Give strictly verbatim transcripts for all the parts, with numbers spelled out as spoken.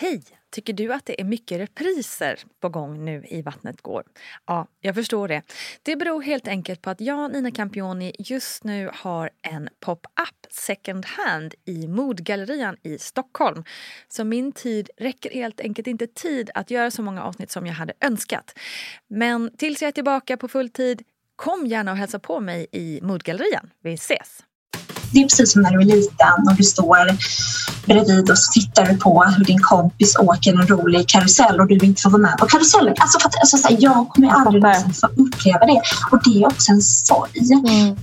Hej! Tycker du att det är mycket repriser på gång nu i Vattnet går? Ja, jag förstår det. Det beror helt enkelt på att jag, Nina Campioni, just nu har en pop-up second hand i Modgallerian i Stockholm. Så min tid räcker helt enkelt inte tid att göra så många avsnitt som jag hade önskat. Men tills jag är tillbaka på full tid, kom gärna och hälsa på mig i Modgallerian. Vi ses! Det är precis som när du är liten och du står bredvid och så tittar du på hur din kompis åker en rolig karusell och du inte får vara med på karusellen. Alltså, för att, alltså så här, jag kommer aldrig någonsin få uppleva det. Och det är också en sorg. Mm.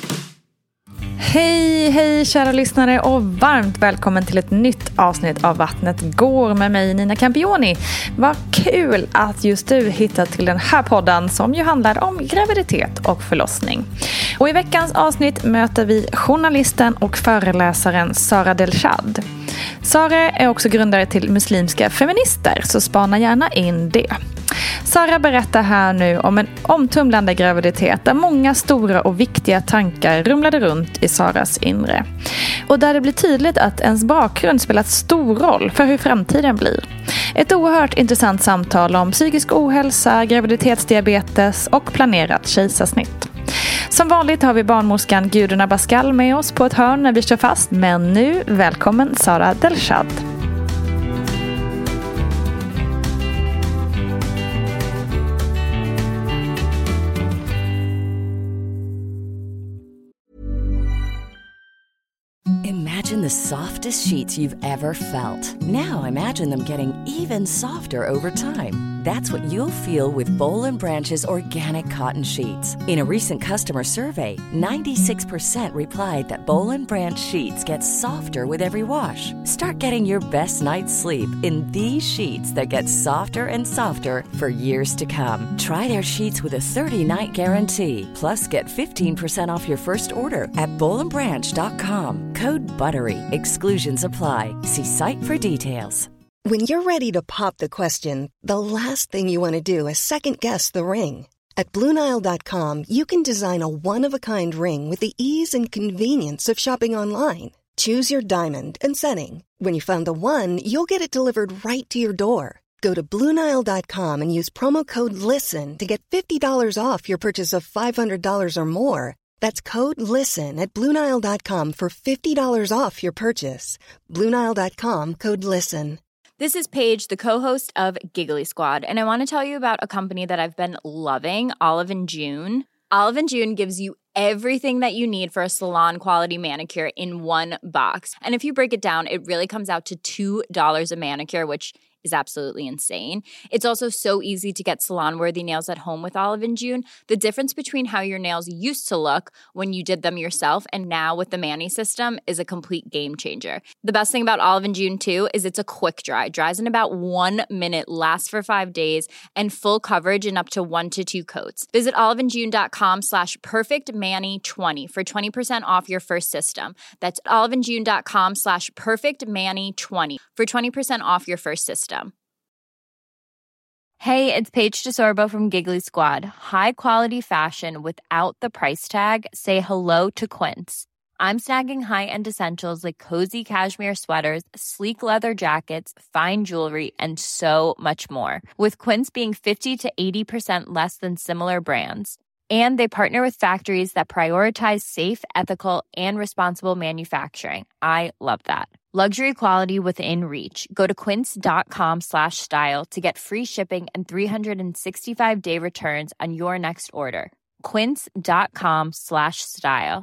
Hej, hej kära lyssnare och varmt välkommen till ett nytt avsnitt av Vattnet går med mig, Nina Campioni. Vad kul att just du hittat till den här podden som ju handlar om graviditet och förlossning. Och i veckans avsnitt möter vi journalisten och föreläsaren Sara Delshad. Sara är också grundare till Muslimska feminister, så spana gärna in det. Sara berättar här nu om en omtumlande graviditet där många stora och viktiga tankar rumlade runt i Saras inre. Och där det blir tydligt att ens bakgrund spelat stor roll för hur framtiden blir. Ett oerhört intressant samtal om psykisk ohälsa, graviditetsdiabetes och planerat kejsarsnitt. Som vanligt har vi barnmorskan Gudrun Abascal med oss på ett hörn när vi kör fast. Men nu, välkommen Sara Delshad. Imagine the softest sheets you've ever felt. Now imagine them getting even softer over time. That's what you'll feel with Boll and Branch's organic cotton sheets. In a recent customer survey, ninety-six percent replied that Boll and Branch sheets get softer with every wash. Start getting your best night's sleep in these sheets that get softer and softer for years to come. Try their sheets with a thirty-night guarantee. Plus, get fifteen percent off your first order at boll and branch dot com. Code BUTTERY. Exclusions apply. See site for details. When you're ready to pop the question, the last thing you want to do is second-guess the ring. At Blue Nile dot com, you can design a one-of-a-kind ring with the ease and convenience of shopping online. Choose your diamond and setting. When you find the one, you'll get it delivered right to your door. Go to Blue Nile dot com and use promo code LISTEN to get fifty dollars off your purchase of five hundred dollars or more. That's code LISTEN at Blue Nile dot com for fifty dollars off your purchase. Blue Nile dot com, code LISTEN. This is Paige, the co-host of Giggly Squad, and I want to tell you about a company that I've been loving, Olive and June. Olive and June gives you everything that you need for a salon-quality manicure in one box. And if you break it down, it really comes out to two dollars a manicure, which is absolutely insane. It's also so easy to get salon-worthy nails at home with Olive and June. The difference between how your nails used to look when you did them yourself and now with the Mani system is a complete game changer. The best thing about Olive and June, too, is it's a quick dry. Dries in about one minute, lasts for five days, and full coverage in up to one to two coats. Visit olive and june dot com slash perfect mani twenty for twenty percent off your first system. That's olive and june dot com slash perfect mani twenty for twenty percent off your first system. Hey, it's Paige DeSorbo from Giggly Squad. High quality fashion without the price tag. Say hello to Quince. I'm snagging high-end essentials like cozy cashmere sweaters, sleek leather jackets, fine jewelry, and so much more. With Quince being fifty to eighty percent less than similar brands. And they partner with factories that prioritize safe, ethical, and responsible manufacturing. I love that. Luxury quality within reach. Go to quince dot com slash style to get free shipping and three sixty-five day returns on your next order. quince dot com slash style.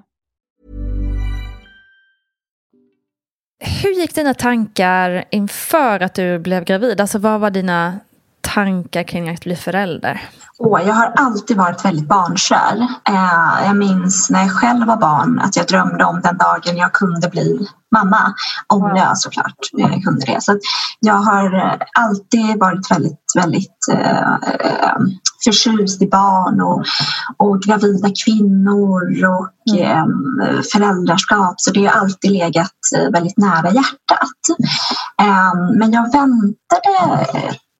Hur gick dina tankar inför att du blev gravid? Alltså vad var dina tankar kring att bli förälder? Oh, jag har alltid varit väldigt barnkär. Eh, jag minns när jag själv var barn att jag drömde om den dagen jag kunde bli mamma. Om wow. jag såklart jag kunde det. Så att jag har alltid varit väldigt, väldigt eh, förtjust i barn och, och gravida kvinnor och mm. eh, föräldraskap. Så det har alltid legat väldigt nära hjärtat. Eh, men jag väntade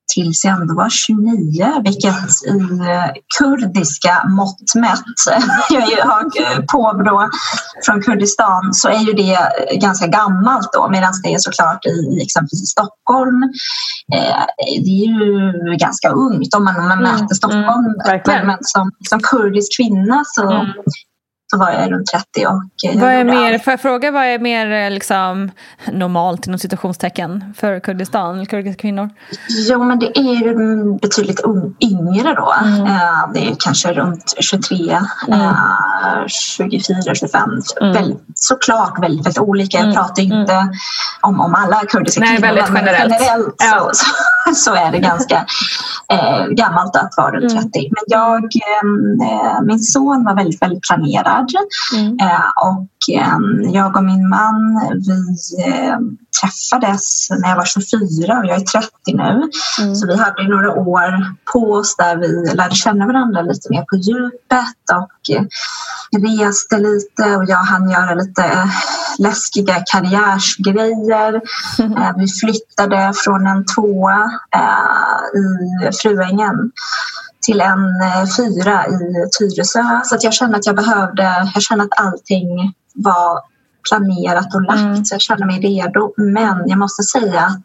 tills jag ändå var tjugonio, vilket i kurdiska mått mätt, jag har påbrå från Kurdistan, så är ju det ganska gammalt då, medan det är såklart i exempelvis i Stockholm, eh, det är ju ganska ungt om man, om man mäter mm, Stockholm, mm, men som, som kurdisk kvinna så mm. så var jag runt trettio. Och vad är mer, får jag fråga, vad är mer liksom, normalt inom situationstecken för Kurdistan, kurdiska kvinnor? Jo, men det är ju betydligt yngre då. Mm. Eh, det är kanske runt tjugotre, mm. eh, tjugofyra, tjugofem. Mm. Väldigt, såklart väldigt, väldigt olika. Jag pratar mm. inte mm. om, om alla kurdiska Nej, kvinnor. Väldigt generellt. generellt ja. så, så, så är det ganska eh, gammalt att vara runt trettio. Mm. Men jag, eh, min son var väldigt, väldigt planerad. Mm. Eh, och eh, jag och min man, vi eh, träffades när jag var tjugofyra och jag är trettio nu. Mm. Så vi hade några år på oss där vi lärde känna varandra lite mer på djupet och eh, reste lite, och jag hann göra lite läskiga karriärsgrejer. Mm. Eh, vi flyttade från en tvåa eh, i Fruängen till en fyra i Tyresö. Så att jag kände att jag behövde, jag kände att allting var planerat och lagt. Mm. Så jag kände mig redo. Men jag måste säga att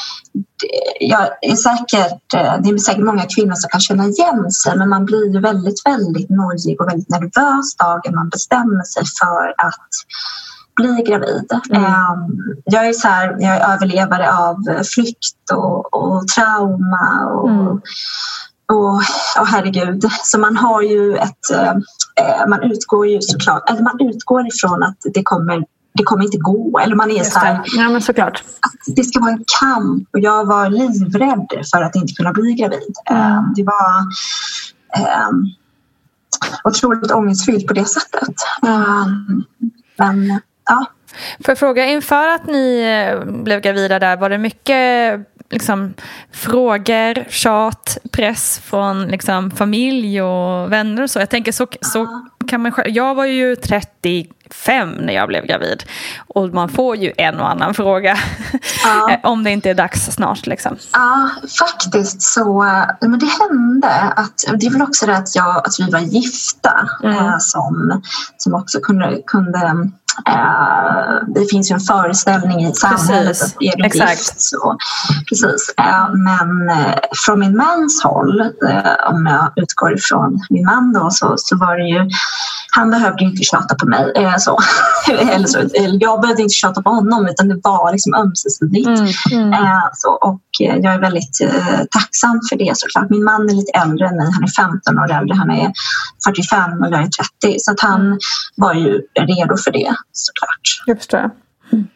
jag är säkert, det är säkert många kvinnor som kan känna igen sig, men man blir ju väldigt, väldigt nojig och väldigt nervös dagen man bestämmer sig för att bli gravid. Mm. Jag är så här, jag är överlevare av flykt och, och trauma och mm. Och, och herregud, så man har ju ett, eh, man utgår ju såklart, eller man utgår ifrån att det kommer, det kommer inte gå, eller man är så här, ja, men såklart. Att det ska vara en kamp, och jag var livrädd för att inte kunna bli gravid. Mm. Eh, det var eh, otroligt ångestfyllt på det sättet. Eh, men ja. Får jag fråga, inför att ni blev gravida där, var det mycket liksom frågor, tjat, press från liksom familj och vänner och så? Jag tänker så, så kan man själv, jag var ju trettiofem när jag blev gravid, och man får ju en och annan fråga ja. om det inte är dags snart liksom. Ja, faktiskt så, men det hände att, det är väl också det att, jag, att vi var gifta mm. eh, som, som också kunde, kunde Uh, det finns ju en föreställning i samhället precis. Att är du Exakt. gift så, precis. Uh, men uh, från min mans håll, uh, om jag utgår ifrån min man då, så, så var det ju, han behövde ju inte tjata på mig uh, så. eller så, jag behövde inte tjata på honom, utan det var liksom ömsesidigt. Mm, mm. Uh, så, och uh, jag är väldigt uh, tacksam för det såklart. Min man är lite äldre än mig, han är femton år äldre, han är fyrtiofem och jag är trettio, så att han mm. var ju redo för det. Såklart. Jag förstår. Mm.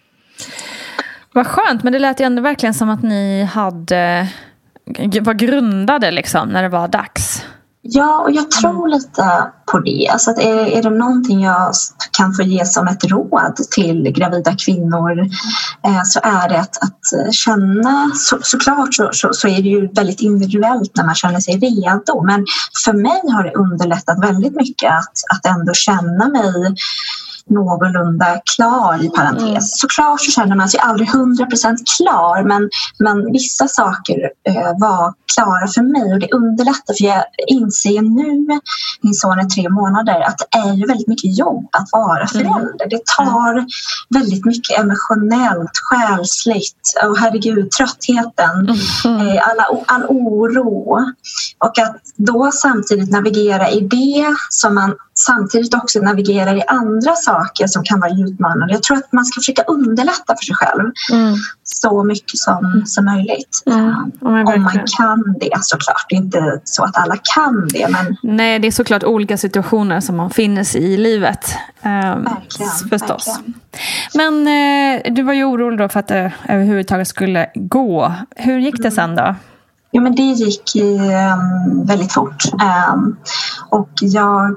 Vad skönt, men det lät ju ändå verkligen som att ni hade var grundade liksom när det var dags. Ja, och jag tror mm. lite på det. Alltså att är, är det någonting jag kan få ge som ett råd till gravida kvinnor eh, så är det att, att känna, så, såklart så, så, så är det ju väldigt individuellt när man känner sig redo. Men för mig har det underlättat väldigt mycket att, att ändå känna mig någorlunda klar i parentes. Mm. Såklart så känner man sig aldrig hundra procent klar, men, men vissa saker eh, var klara för mig, och det underlättar, för jag inser nu, min son är tre månader, att det är ju väldigt mycket jobb att vara förälder. Mm. Det tar mm. väldigt mycket emotionellt, själsligt, och herregud, tröttheten, mm. eh, alla, all oro, och att då samtidigt navigera i det som man samtidigt också navigerar i andra saker som kan vara utmanande. Jag tror att man ska försöka underlätta för sig själv mm. så mycket som, som möjligt. Mm. Um, om man kan det, såklart. Det är inte så att alla kan det. Men... Nej, det är såklart olika situationer som man finner sig i livet. Um, verkligen, förstås. Verkligen. Men eh, du var ju orolig då för att det överhuvudtaget skulle gå. Hur gick det sen då? Jo, men det gick um, väldigt fort. Um, och jag,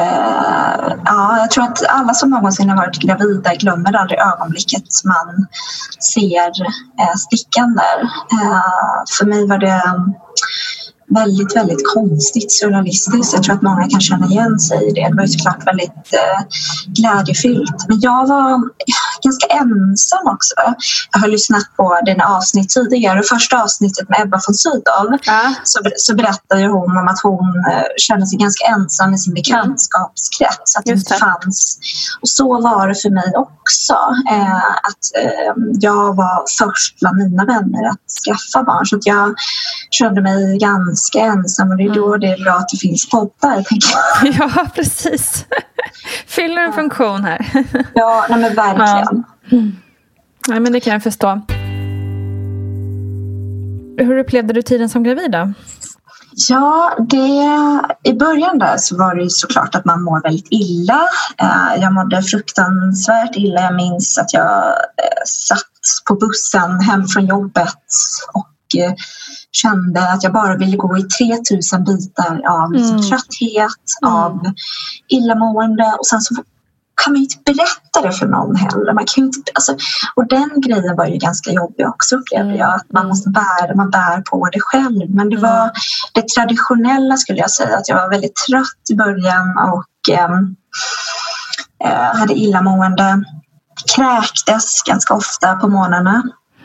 uh, ja, jag tror att alla som någonsin har varit gravida glömmer aldrig ögonblicket man ser uh, stickan där. Uh, för mig var det väldigt, väldigt konstigt, surrealistiskt. Jag tror att många kan känna igen sig i det. Det var ju såklart väldigt eh, glädjefyllt. Men jag var ganska ensam också. Jag har lyssnat på dina avsnitt tidigare. Första avsnittet med Ebba von Sydow ja. så, så berättade ju hon om att hon eh, kände sig ganska ensam i sin bekantskapskrets. Att det inte fanns. Och så var det för mig också. Eh, att eh, jag var först bland mina vänner att skaffa barn. Så att jag kände mig ganska ensam, och det är då det är bra att det finns poddar, tänker jag. Ja, precis. Fyller en funktion här. Ja, nej men verkligen. Ja. Mm. Nej, men det kan jag förstå. Hur upplevde du tiden som gravid då? Ja, det, i början där så var det ju såklart att man mår väldigt illa. Jag mådde fruktansvärt illa. Jag minns att jag satt på bussen hem från jobbet och kände att jag bara ville gå i tre tusen bitar av liksom mm. trötthet, mm. av illamående, och sen så kan man ju inte berätta det för någon heller. Man kan ju inte, alltså, och den grejen var ju ganska jobbig också, upplevde jag. Att man måste bära, man bär på det själv. Men det var det traditionella, skulle jag säga. Att jag var väldigt trött i början och eh, hade illamående. Kräktes ganska ofta på morgnarna.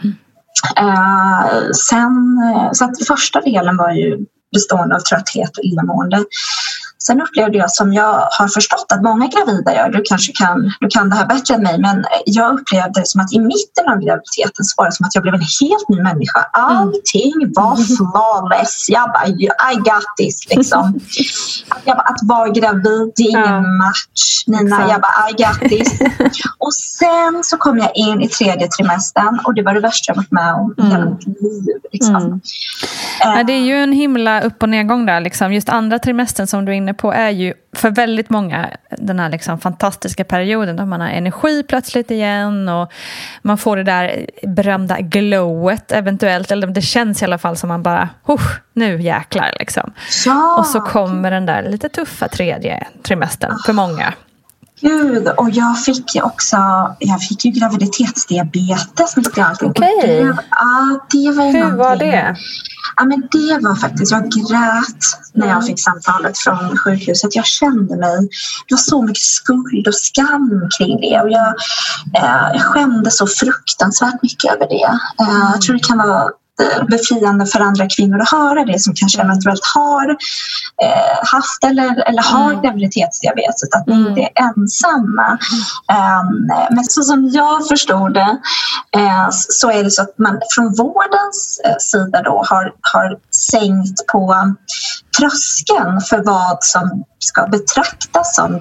Uh, sen, så att första delen var ju bestående av trötthet och illamående. Sen upplevde jag, som jag har förstått att många gravida gör, du kanske kan, du kan det här bättre än mig, men jag upplevde det som att i mitten av graviditeten så var det som att jag blev en helt ny människa. Allting var flawless. Jag bara, I got this, liksom. Jag bara, att vara gravid, det är ingen ja. match. Nina, jag bara, I got this. Och sen så kom jag in i tredje trimestern, och det var det värsta jag varit med om i hela mitt liv. Liksom. Mm. Ja, det är ju en himla upp- och nedgång där. Liksom. Just andra trimestern som du är inne på är ju för väldigt många den här liksom fantastiska perioden då man har energi plötsligt igen, och man får det där berömda glowet eventuellt, eller det känns i alla fall som man bara, nu jäklar liksom. Ja. Och så kommer den där lite tuffa tredje trimestern för många. Gud, och jag fick ju också, jag fick ju graviditetsdiabetes mitt i allting. Okej. Okay. Ja, det var ju Hur någonting. var det? Ja, men det var faktiskt, jag grät när jag fick samtalet från sjukhuset. Jag kände mig, det var så mycket skuld och skam kring det, och jag, eh, jag skämde så fruktansvärt mycket över det. Eh, jag tror det kan vara befriande för andra kvinnor att höra det, som kanske eventuellt har eh, haft eller, eller har mm. graviditetsdiabetes, att ni inte är ensamma. Um, men så som jag förstod det eh, så är det så att man från vårdens eh, sida då har, har sänkt på tröskeln för vad som ska betraktas som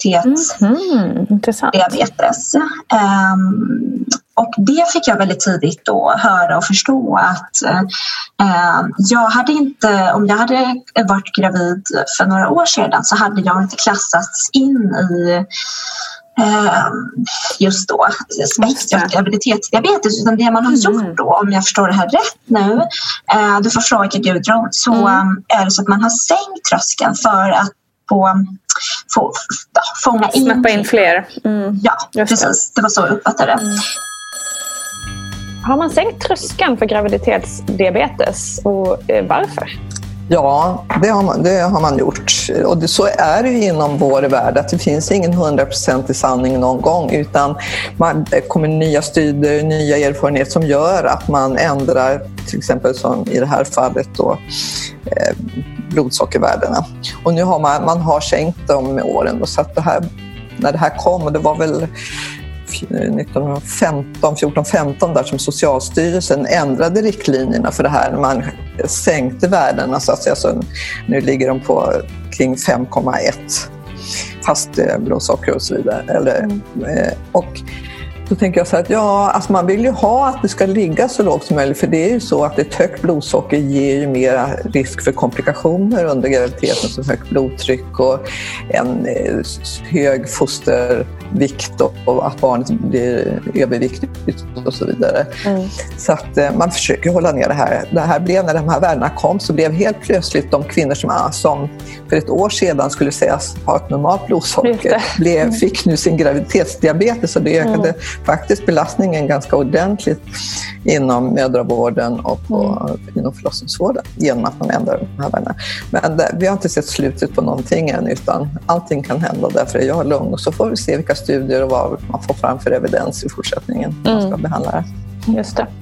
graviditetsdiabetes. Mm. Um, och det fick jag väldigt tidigt då höra och förstå att eh, jag hade inte, om jag hade varit gravid för några år sedan, så hade jag inte klassats in i eh, just då spektrat graviditetsdiabetes, utan det man har gjort då, om jag förstår det här rätt nu, eh, du får fråga Gudrun, så mm. är det så att man har sänkt tröskeln för att få få, fånga in, snappa in fler. Mm. Ja, precis. Det var så jag uppfattade det. Mm. Har man sänkt tröskeln för graviditetsdiabetes, och eh, varför? Ja, det har man, det har man gjort. Och det, så är det ju inom vår värld, att det finns ingen hundraprocentig sanning någon gång, utan man, det kommer nya studier, nya erfarenheter som gör att man ändrar, till exempel som i det här fallet då, eh, blodsockervärdena. Och nu har man, man har sänkt dem med åren, och så att det här, när det här kom, och det var väl nittonhundrafemton, fjorton femton där som Socialstyrelsen ändrade riktlinjerna för det här, när man sänkte värdena, så att säga, så nu ligger de på kring fem komma ett fast blodsocker och så vidare. Eller, mm. och då tänker jag så här att ja, alltså man vill ju ha att det ska ligga så lågt som möjligt, för det är ju så att ett högt blodsocker ger ju mer risk för komplikationer under graviditeten, som högt blodtryck och en hög foster vikt och, och att barnet blir överviktigt och så vidare. Mm. Så att eh, man försöker hålla ner det här. Det här blev, när de här värdena kom, så blev helt plötsligt de kvinnor som, som för ett år sedan skulle sägas ha ett normalt blodsocker blev, mm. fick nu sin graviditetsdiabetes, så det ökade mm. faktiskt belastningen ganska ordentligt inom mödravården och på, mm. inom förlossningsvården genom att man ändrar de här värdena. Men det, vi har inte sett slutet på någonting än, utan allting kan hända, därför är jag lugn, och så får vi se vilka studier och vad man får fram för evidens i fortsättningen när man ska mm. behandla det. Just det.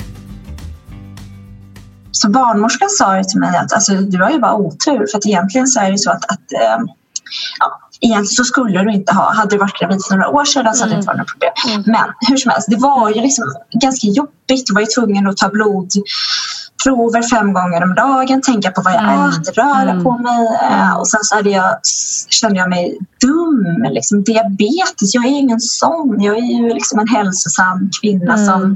Så barnmorskan sa ju till mig att alltså, du har ju bara otur, för att egentligen så är det så att, att äh, ja, egentligen så skulle du inte ha, hade du varit gravid för några år sedan så hade det inte varit något problem. Mm. Men hur som helst, det var ju liksom ganska jobbigt. Du var ju tvungen att ta blodprover fem gånger om dagen, tänka på vad jag mm. äter, röra mm. på mig. Mm. Och sen så hade jag, kände jag mig dum, liksom diabetes. Jag är ingen sån, jag är ju liksom en hälsosam kvinna mm. som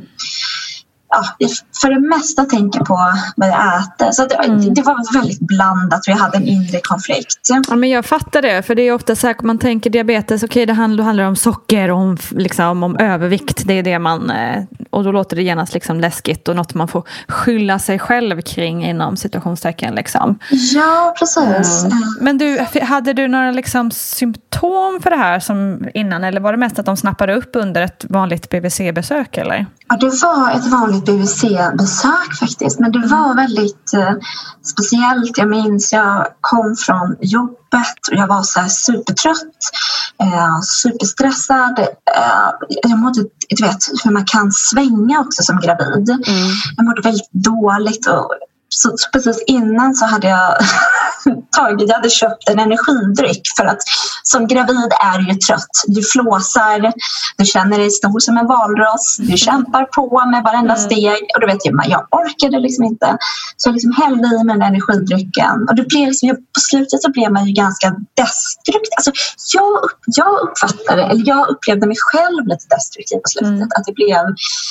ja, för det mesta tänker på vad jag äter. Så det, mm. det var väldigt blandat. Vi hade en inre konflikt. Ja, men jag fattar det. För det är ofta så här, man tänker diabetes, okej, okay, det handlar, handlar om socker och om, liksom, om övervikt. Det är det man, och då låter det genast liksom läskigt och något man får skylla sig själv kring inom situationstecken. Liksom. Ja, precis. Mm. Men du, hade du några liksom symptom för det här som innan? Eller var det mest att de snappade upp under ett vanligt B V C-besök? Eller? Ja, det var ett vanligt B V C-besök faktiskt. Men det var väldigt eh, speciellt. Jag minns jag kom från jobbet och jag var så här supertrött, eh, superstressad. Eh, jag mådde, du vet hur man kan svänga också som gravid. Mm. Jag mådde väldigt dåligt och så, så precis innan så hade jag tagit, jag hade köpt en energidryck för att som gravid är du ju trött. Du flåsar, du känner dig stor som en valross, du kämpar på med varenda steg och du vet ju, jag orkade liksom inte. Så jag liksom hällde i med den energidrycken och det blev liksom, på slutet så blev man ju ganska destruktiv. Alltså jag, upp, jag uppfattade, eller jag upplevde mig själv lite destruktiv på slutet, mm. att det blev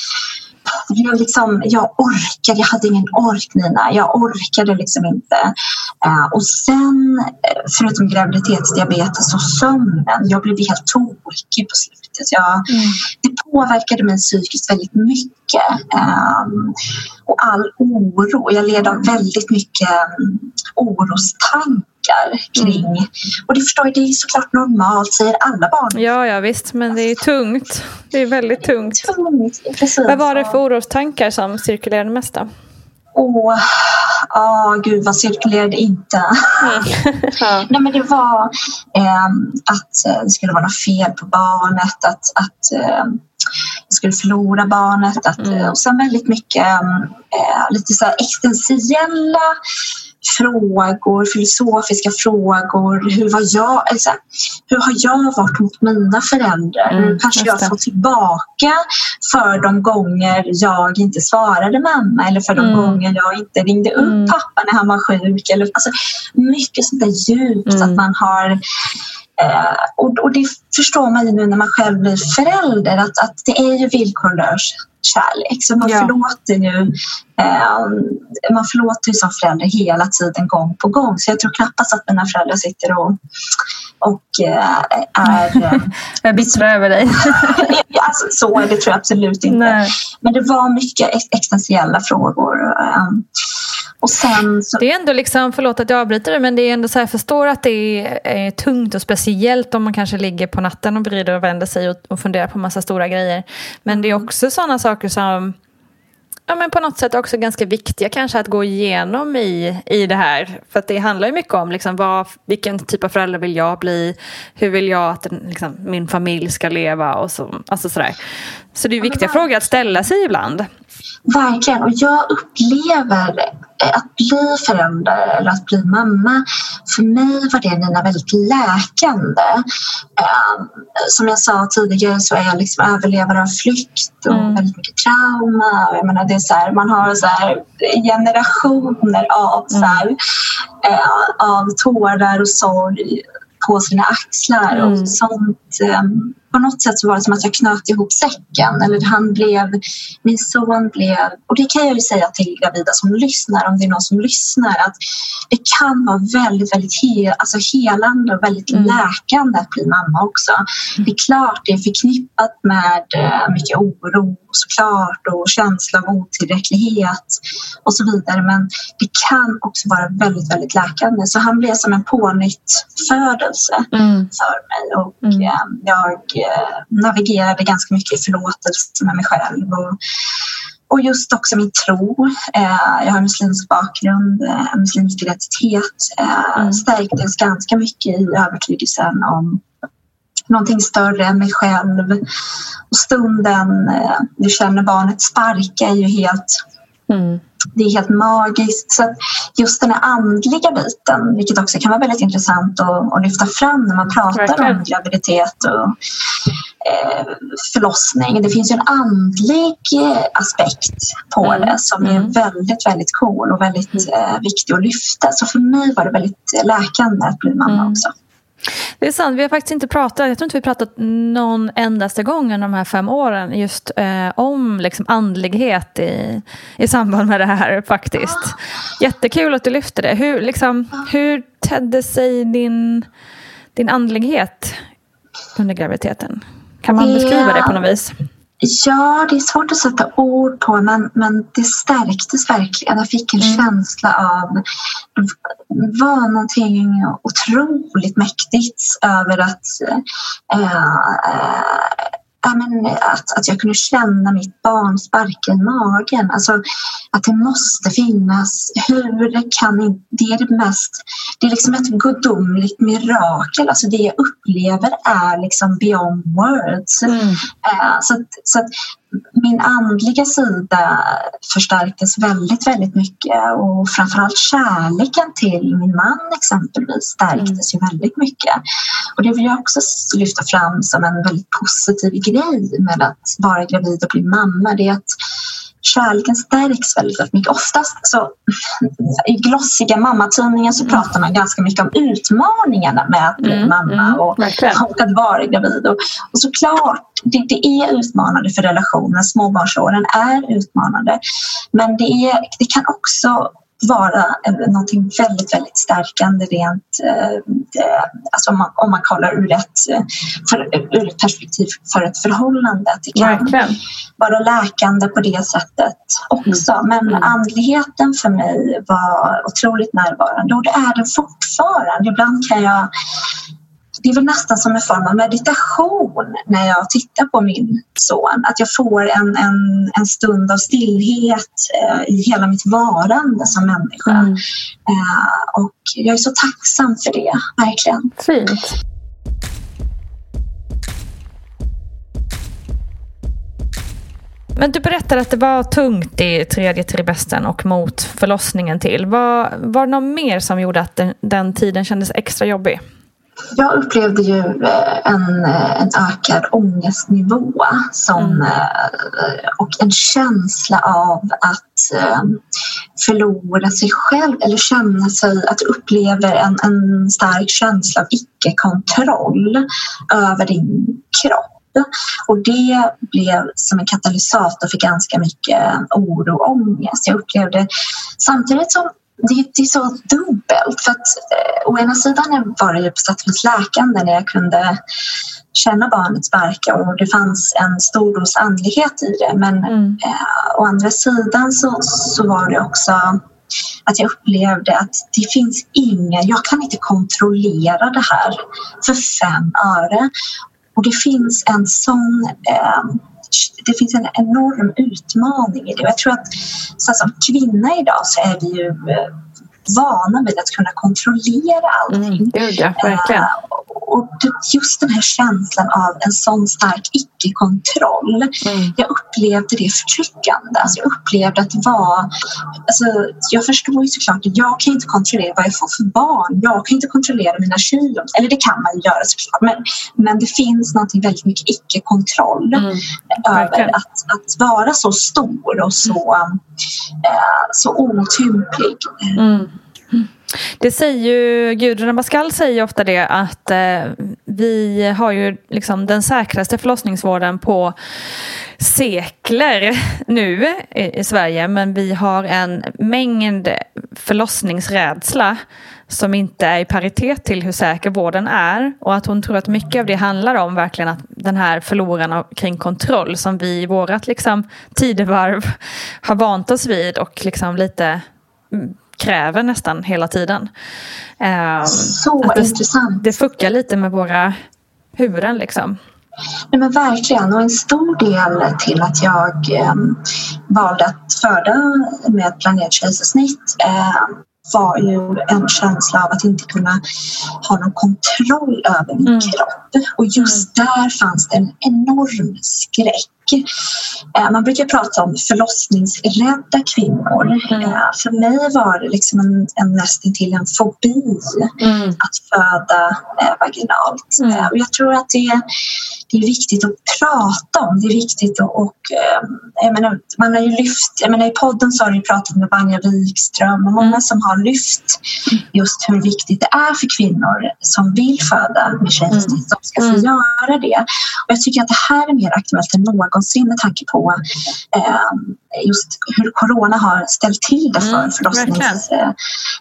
Det blev liksom, jag orkade, jag hade ingen ork Nina, jag orkade liksom inte. Uh, och sen, förutom graviditetsdiabetes och sömnen, jag blev helt tokig på slutet. Jag, mm. Det påverkade mig psykiskt väldigt mycket. Um, och all oro, jag led av väldigt mycket um, orostankar kring. Mm. Och det förstår jag, det är såklart normalt, säger alla barn. Ja, ja visst, men det är tungt. Det är väldigt tungt. tungt precis. Vad var det för orostankar som cirkulerade mest då? Åh, oh, gud vad cirkulerade inte. Mm. ja. Nej, men det var eh, att det skulle vara något fel på barnet, att, att eh, jag skulle förlora barnet, att, mm. och sen väldigt mycket eh, lite så här existentiella frågor, filosofiska frågor. Hur var jag, alltså, hur har jag varit mot mina föräldrar? Mm, hur kanske jag får tillbaka för de gånger jag inte svarade mamma eller för de mm. gånger jag inte ringde upp mm. pappa när han var sjuk. Eller, alltså, mycket sånt där djupt mm. att man har eh, och, och det förstår man ju nu när man själv blir förälder att, att det är ju villkorlös kärlek. Så man, ja. förlåter ju, eh, man förlåter ju som förälder hela tiden, gång på gång. Så jag tror knappast att mina föräldrar sitter och, och eh, är... jag bittra över dig. alltså, så det tror jag absolut inte. Nej. Men det var mycket existentiella frågor. Eh, och sen så... Det är ändå liksom, förlåt att jag avbryter det, men det är ändå så här, jag förstår att det är, är tungt och speciellt om man kanske ligger på natten och vrider och vänder sig och, och funderar på massa stora grejer. Men det är också sådana saker som ja, men på något sätt också ganska viktiga kanske att gå igenom i, i det här. För att det handlar ju mycket om liksom, vad, vilken typ av förälder vill jag bli? Hur vill jag att liksom, min familj ska leva? Och så, alltså sådär. Så det är viktiga ja, frågor att ställa sig ibland. Verkligen, och jag upplever att bli förälder eller att bli mamma, för mig var det Nina väldigt läkande. Um, som jag sa tidigare så är jag liksom överlevare av flykt och mm. väldigt mycket trauma. Jag menar, det är så här, man har så här generationer av, så här, uh, av tårar och sorg på sina axlar mm. och sånt. Um, på något sätt så var det som att jag knöt ihop säcken. Eller han blev, min son blev, och det kan jag ju säga till gravida som lyssnar, om det är någon som lyssnar, att det kan vara väldigt, väldigt he, alltså helande och väldigt mm. läkande att bli mamma också. Det är klart det är förknippat med mycket oro såklart och känsla av otillräcklighet och så vidare, men det kan också vara väldigt, väldigt läkande. Så han blev som en pånyttfödelse mm. för mig och mm. eh, jag eh, navigerade ganska mycket i förlåtelse med mig själv och, och just också min tro. Eh, jag har muslimsk bakgrund, eh, muslimsk identitet, eh, mm. stärktes ganska mycket i övertygelsen om någonting större än mig själv. Och stunden eh, du känner barnet sparka är ju helt mm. det är helt magiskt. Så att just den här andliga biten, vilket också kan vara väldigt intressant att, att lyfta fram när man pratar Verkligen. om graviditet och eh, förlossning. Det finns ju en andlig aspekt på mm. det som är mm. väldigt, väldigt cool och väldigt eh, viktig att lyfta. Så för mig var det väldigt läkande att bli mamma mm. också. Det är sant, vi har faktiskt inte pratat, jag tror inte vi har pratat någon endaste gång under de här fem åren just eh, om liksom andlighet i, i samband med det här faktiskt. Jättekul att du lyfter det. Hur, liksom, hur tedde sig din, din andlighet under graviditeten? Kan man beskriva det på något vis? Ja, det är svårt att sätta ord på, men, men det stärktes verkligen. Jag fick en mm. känsla av det var någonting otroligt mäktigt över att, äh, äh, men, att, att jag kunde känna mitt barn sparka i magen. Alltså att det måste finnas, hur det kan, det är det mest, det är liksom ett gudomligt mirakel. Alltså det jag upplever är liksom beyond words. Mm. Uh, så, så att min andliga sida förstärktes väldigt, väldigt mycket och framförallt kärleken till min man exempelvis stärktes mm. ju väldigt mycket. Och det vill jag också lyfta fram som en väldigt positiv grej med att vara gravid och bli mamma. Det är att kärleken stärks väldigt, väldigt mycket. Oftast så i glossiga mammatidningar så pratar man ganska mycket om utmaningarna med att bli mm, mamma mm, och, och att vara gravid. Och, och såklart, det, det är utmanande för relationen. Småbarnsåren är utmanande. Men det, är, det kan också vara någonting väldigt, väldigt stärkande rent, eh, alltså om man, om man kollar ur ett, för, ur ett perspektiv för ett förhållande. Att det kan Verkligen. vara läkande på det sättet också. Mm. Men mm. andligheten för mig var otroligt närvarande och det är den fortfarande. Ibland kan jag Det är väl nästan som en form av meditation när jag tittar på min son. Att jag får en, en, en stund av stillhet eh, i hela mitt varande som människa. Mm. Eh, och jag är så tacksam för det, verkligen. Fint. Men du berättade att det var tungt i tredje trimestern och mot förlossningen till. Var, var det något mer som gjorde att den, den tiden kändes extra jobbig? Jag upplevde ju en, en ökad ångestnivå som, mm. och en känsla av att förlora sig själv eller känna sig att du upplever en, en stark känsla av icke-kontroll över din kropp. Och det blev som en katalysator för ganska mycket oro och ångest. Jag upplevde samtidigt som Det, det är så dubbelt för att eh, å ena sidan var det ju på sätt och vis läkande när jag kunde känna barnet sparka och det fanns en stor dos andlighet i det, men mm. eh, å andra sidan så, så var det också att jag upplevde att det finns inga, jag kan inte kontrollera det här för fem öre och det finns en sån eh, det finns en enorm utmaning i det. Jag tror att så som kvinna idag så är vi ju vana vid att kunna kontrollera allting. Mm, gud, ja, verkligen. Uh, och just den här känslan av en sån stark icke-kontroll. Mm. Jag upplevde det förtryckande. Alltså jag upplevde att det var... Alltså jag förstår ju såklart att jag kan inte kontrollera vad jag får för barn. Jag kan inte kontrollera mina kilon. Eller det kan man ju göra såklart. Men, men det finns någonting väldigt mycket icke-kontroll mm. över att, att vara så stor och så, mm. uh, så otymplig. Mm. Det säger ju, Gudrun Abascal säger ofta det att eh, vi har ju liksom den säkraste förlossningsvården på sekler nu i, i Sverige, men vi har en mängd förlossningsrädsla som inte är i paritet till hur säker vården är, och att hon tror att mycket av det handlar om verkligen att den här förloran av, kring kontroll som vi i vårat liksom tidevarv har vant oss vid och liksom lite kräver nästan hela tiden. Eh, Så det, intressant. Det fuckar lite med våra huvuden liksom. Nej, men verkligen, och en stor del till att jag eh, valde att föda med planerat kejsarsnitt eh, var ju en känsla av att inte kunna ha någon kontroll över min mm. kropp. Och just mm. där fanns det en enorm skräck. Man brukar prata om förlossningsrädda kvinnor. Mm. För mig var det liksom en, en nästan till en fobi mm. att föda eh, vaginalt. Mm. Och jag tror att det, det är viktigt att prata om. Det är viktigt att, och, eh, jag menar, man har ju lyft, jag menar, i podden så har jag pratat med Vanja Wikström och många mm. som har lyft just hur viktigt det är för kvinnor som vill föda med kejsarsnitt. De ska få mm. göra det. Och jag tycker att det här är mer aktuellt än någonsin med tanke på eh, just hur corona har ställt till det för mm, förlossningsrädda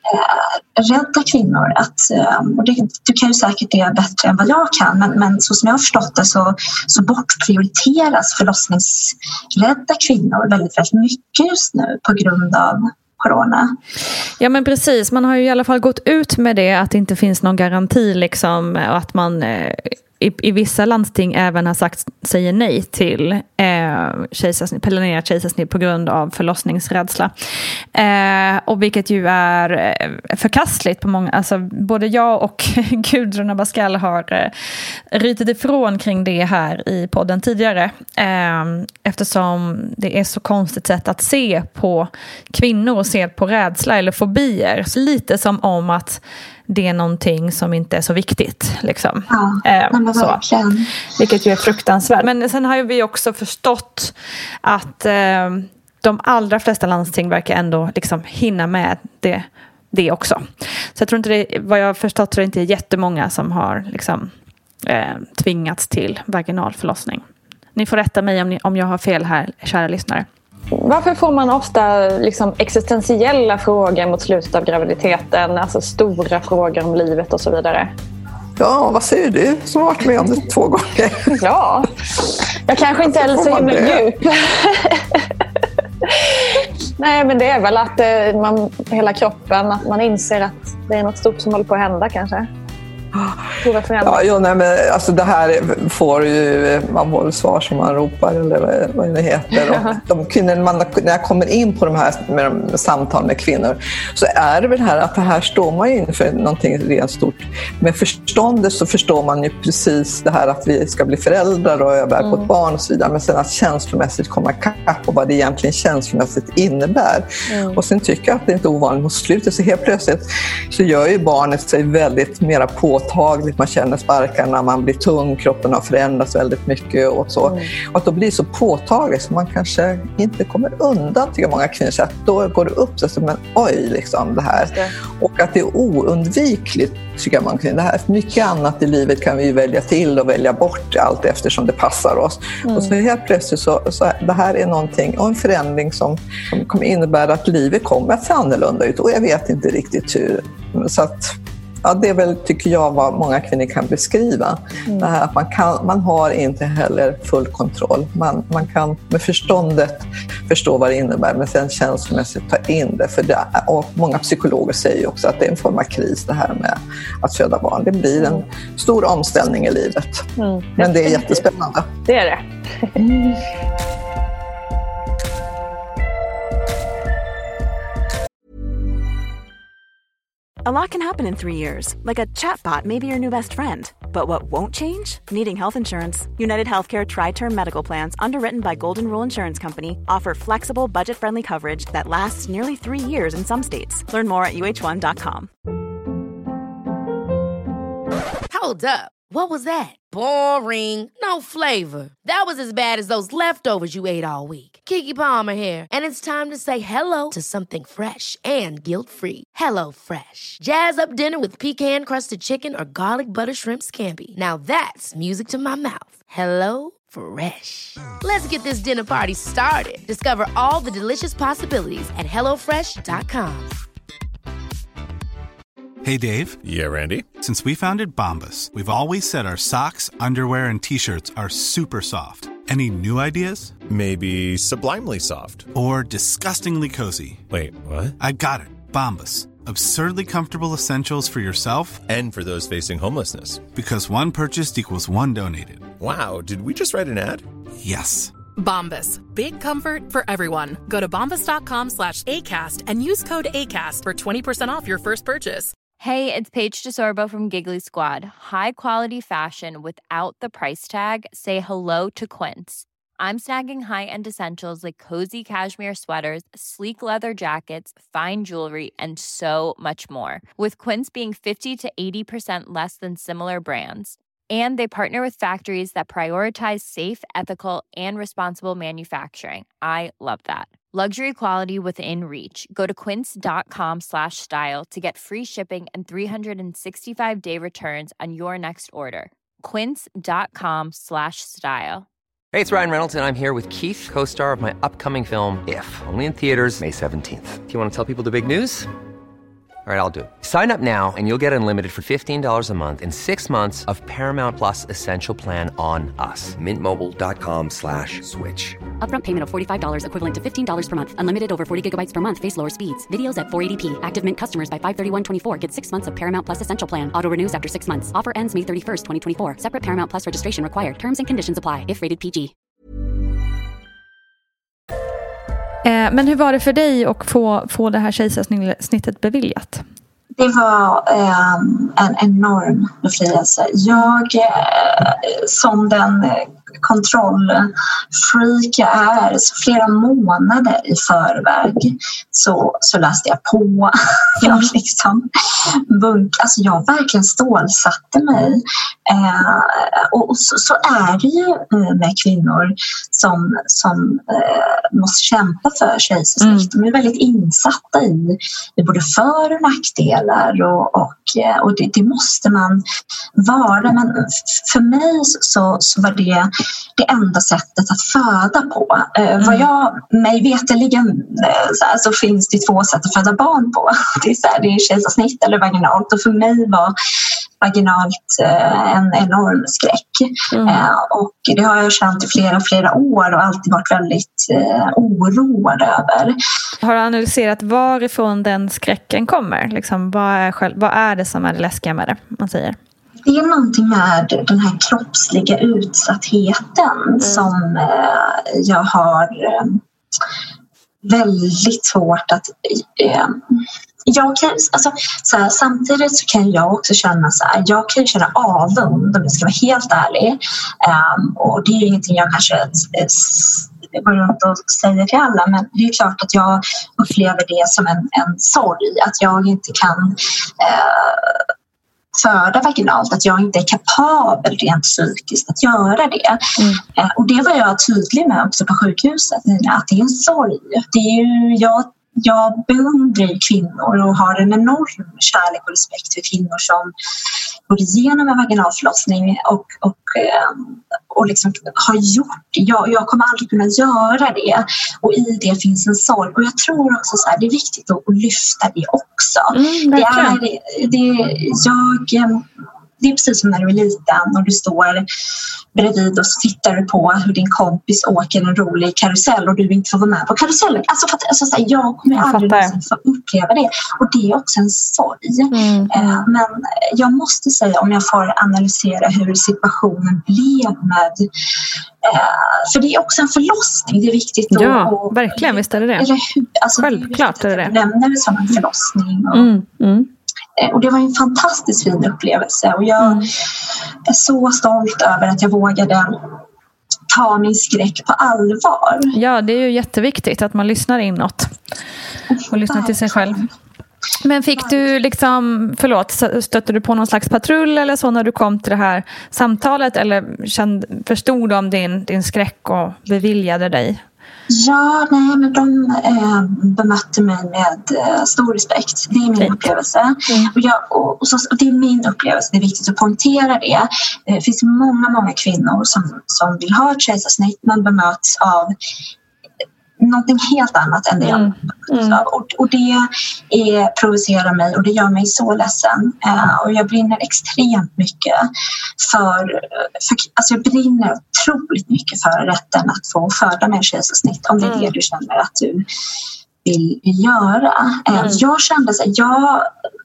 eh, kvinnor. Att, eh, och det, du kan ju säkert det bättre än vad jag kan, men, men så som jag har förstått det så, så bortprioriteras förlossningsrädda kvinnor väldigt, väldigt mycket just nu på grund av corona. Ja, men precis. Man har ju i alla fall gått ut med det, att det inte finns någon garanti liksom, och att man eh, i, i vissa landsting även har sagt säger nej till eh, kejsarsnitt, planerat kejsarsnitt på grund av förlossningsrädsla. Eh, och vilket ju är förkastligt på många, alltså både jag och Gudrun Abascal har eh, rytit ifrån kring det här i podden tidigare. Eh, eftersom det är så konstigt sätt att se på kvinnor och se på rädsla eller fobier. Så lite som om att det är någonting som inte är så viktigt. Liksom. Ja, eh, så. Vilket ju är fruktansvärt. Men sen har ju vi också förstått att eh, de allra flesta landsting verkar ändå liksom hinna med det, det också. Så jag tror inte det, vad jag har förstått, tror jag inte det är jättemånga som har liksom, eh, tvingats till vaginal förlossning. Ni får rätta mig om, ni, om jag har fel här, kära lyssnare. Varför får man ofta liksom existentiella frågor mot slutet av graviditeten? Alltså stora frågor om livet och så vidare. Ja, vad säger du som har varit med om det två gånger? Ja, jag kanske inte är så himla djup. Nej, men det är väl att man, hela kroppen, att man inser att det är något stort som håller på att hända kanske. Ja, jo, nej, men alltså det här får ju, man får svar som man ropar eller vad det heter. Och de kvinnor, man, när jag kommer in på de här med de, samtal med kvinnor, så är det väl här att det här står man ju inför någonting rent stort. Med förståndet så förstår man ju precis det här att vi ska bli föräldrar och öva mm. på ett barn och så vidare. Men sen att känslomässigt komma kapp och vad det egentligen känslomässigt innebär. Mm. Och sen tycker jag att det är inte ovanligt mot slutet, så helt plötsligt så gör ju barnet sig väldigt mera på påtagligt, man känner sparkarna, man blir tung, kroppen har förändrats väldigt mycket och så. Mm. Och att då blir det så påtagligt så man kanske inte kommer undan, tycker många kvinnor, så att då går det upp sig som en oj liksom det här. Det. Och att det är oundvikligt, tycker man. Det här, mycket annat i livet kan vi ju välja till och välja bort allt eftersom det passar oss. Mm. Och så helt plötsligt så, så det här är någonting och en förändring som, som kommer innebära att livet kommer att se annorlunda ut, och jag vet inte riktigt hur. Så att ja, det är väl, tycker jag, vad många kvinnor kan beskriva. Mm. Det här att man, kan, man har inte heller full kontroll. Man, man kan med förståndet förstå vad det innebär, men sen känslomässigt ta in det. För det, och många psykologer säger också att det är en form av kris det här med att föda barn. Det blir en stor omställning i livet. Mm. Men det är jättespännande. Det är det. Mm. A lot can happen in three years, like a chatbot may be your new best friend. But what won't change? Needing health insurance. United Healthcare Tri-Term Medical Plans, underwritten by Golden Rule Insurance Company, offer flexible, budget-friendly coverage that lasts nearly three years in some states. Learn more at U H one dot com. Hold up. What was that? Boring. No flavor. That was as bad as those leftovers you ate all week. Keke Palmer here. And it's time to say hello to something fresh and guilt-free. Hello Fresh. Jazz up dinner with pecan-crusted chicken or garlic butter shrimp scampi. Now that's music to my mouth. Hello Fresh. Let's get this dinner party started. Discover all the delicious possibilities at hello fresh dot com. Hey, Dave. Yeah, Randy. Since we founded Bombas, we've always said our socks, underwear, and T-shirts are super soft. Any new ideas? Maybe sublimely soft. Or disgustingly cozy. Wait, what? I got it. Bombas. Absurdly comfortable essentials for yourself and for those facing homelessness. Because one purchased equals one donated. Wow, did we just write an ad? Yes. Bombas. Big comfort for everyone. Go to bombas.com slash ACAST and use code ACAST for twenty percent off your first purchase. Hey, it's Paige DeSorbo from Giggly Squad. High quality fashion without the price tag. Say hello to Quince. I'm snagging high-end essentials like cozy cashmere sweaters, sleek leather jackets, fine jewelry, and so much more. With Quince being fifty to eighty percent less than similar brands. And they partner with factories that prioritize safe, ethical, and responsible manufacturing. I love that. Luxury quality within reach. Go to quince.com slash style to get free shipping and three sixty-five day returns on your next order. Quince.com slash style. Hey, it's Ryan Reynolds, and I'm here with Keith, co-star of my upcoming film, If, only in theaters May seventeenth. Do you want to tell people the big news? All right, I'll do it. Sign up now and you'll get unlimited for fifteen dollars a month and six months of Paramount Plus Essential Plan on us. Mint Mobile dot com slash switch. Upfront payment of forty-five dollars equivalent to fifteen dollars per month. Unlimited over forty gigabytes per month. Face lower speeds. Videos at four eighty p. Active Mint customers by five thirty-one twenty-four get six months of Paramount Plus Essential Plan. Auto renews after six months. Offer ends May thirty-first, twenty twenty-four. Separate Paramount Plus registration required. Terms and conditions apply if rated P G. Eh, men hur var det för dig att få, få det här kejsarsnittet beviljat? Det var eh, en enorm befrielse. Jag, eh, som den kontrollfreak jag är, så flera månader i förväg så, så läste jag på. jag liksom bunk, alltså jag verkligen stålsatte mig. Eh, och så, så är det ju med kvinnor som, som eh, måste kämpa för kejsarsnitt. Mm. De är väldigt insatta i, i både för- och nackdelar och, och, och det, det måste man vara. Men för mig så, så var det det enda sättet att föda på. Mm. Vad jag, mig veterligen så, här, så finns det två sätt att föda barn på. Det är, så här, det är kejsarsnitt eller vaginalt, och för mig var vaginalt eh, en enorm skräck. Mm. Eh, och det har jag känt i flera, flera år och alltid varit väldigt eh, oroad över. Har du analyserat varifrån den skräcken kommer? Liksom, vad, är själv, vad är det som är det läskiga med det, man säger? Det är någonting med den här kroppsliga utsattheten mm. som eh, jag har eh, väldigt svårt att... Eh, jag kan, alltså, så här, samtidigt så kan jag också känna så här, jag kan känna avund om jag ska vara helt ärlig. Um, och det är ingenting jag kanske äh, går runt och säger till alla, men det är klart att jag upplever det som en, en sorg att jag inte kan äh, föda vaginalt, att jag inte är kapabel rent psykiskt att göra det. Mm. Uh, och det var jag tydlig med också på sjukhuset, att det är en sorg. Det är ju, jag Jag beundrar kvinnor och har en enorm kärlek och respekt för kvinnor som går igenom en vaginal förlossning och, och, och liksom har gjort det. Jag, jag kommer aldrig kunna göra det, och i det finns en sorg. Och jag tror också att det är viktigt att, att lyfta det också. Mm, det är, det, jag, det är precis som när du är liten och du står bredvid och så tittar du på hur din kompis åker en rolig karusell och du inte får vara med på karusellen. Alltså, för att, alltså så här, jag kommer jag aldrig någonsin få uppleva det. Och det är också en sorg. Mm. Eh, men jag måste säga, om jag får analysera hur situationen blev med... Eh, för det är också en förlossning. Det är viktigt att... Ja, och, verkligen. Visst är det det. Eller hur, alltså, självklart det är det. Lämnar det som en förlossning. Och, mm. Mm. Och det var en fantastiskt fin upplevelse. Och jag mm. är så stolt över att jag vågade ta min skräck på allvar. Ja, det är ju jätteviktigt att man lyssnar inåt. Och lyssnar till sig själv. Men fick du liksom, förlåt, stötte du på någon slags patrull eller så när du kom till det här samtalet, eller kände, förstod de din, din skräck och beviljade dig? Ja, nej, men de eh, bemötte mig med eh, stor respekt. Det är min Fint. upplevelse. Mm. Och, jag, och, och, så, och det är min upplevelse, det är viktigt att poängtera det. Eh, det finns många, många kvinnor som, som vill ha ett kejsarsnitt men bemöts av någonting helt annat än det jag mm. Mm. och, och det är, provocerar mig och det gör mig så ledsen. Uh, och jag brinner extremt mycket för, för alltså jag brinner otroligt mycket för rätten att få föda med kejsarsnitt, om det är det du känner att du vill göra. Uh, mm. Jag kände så jag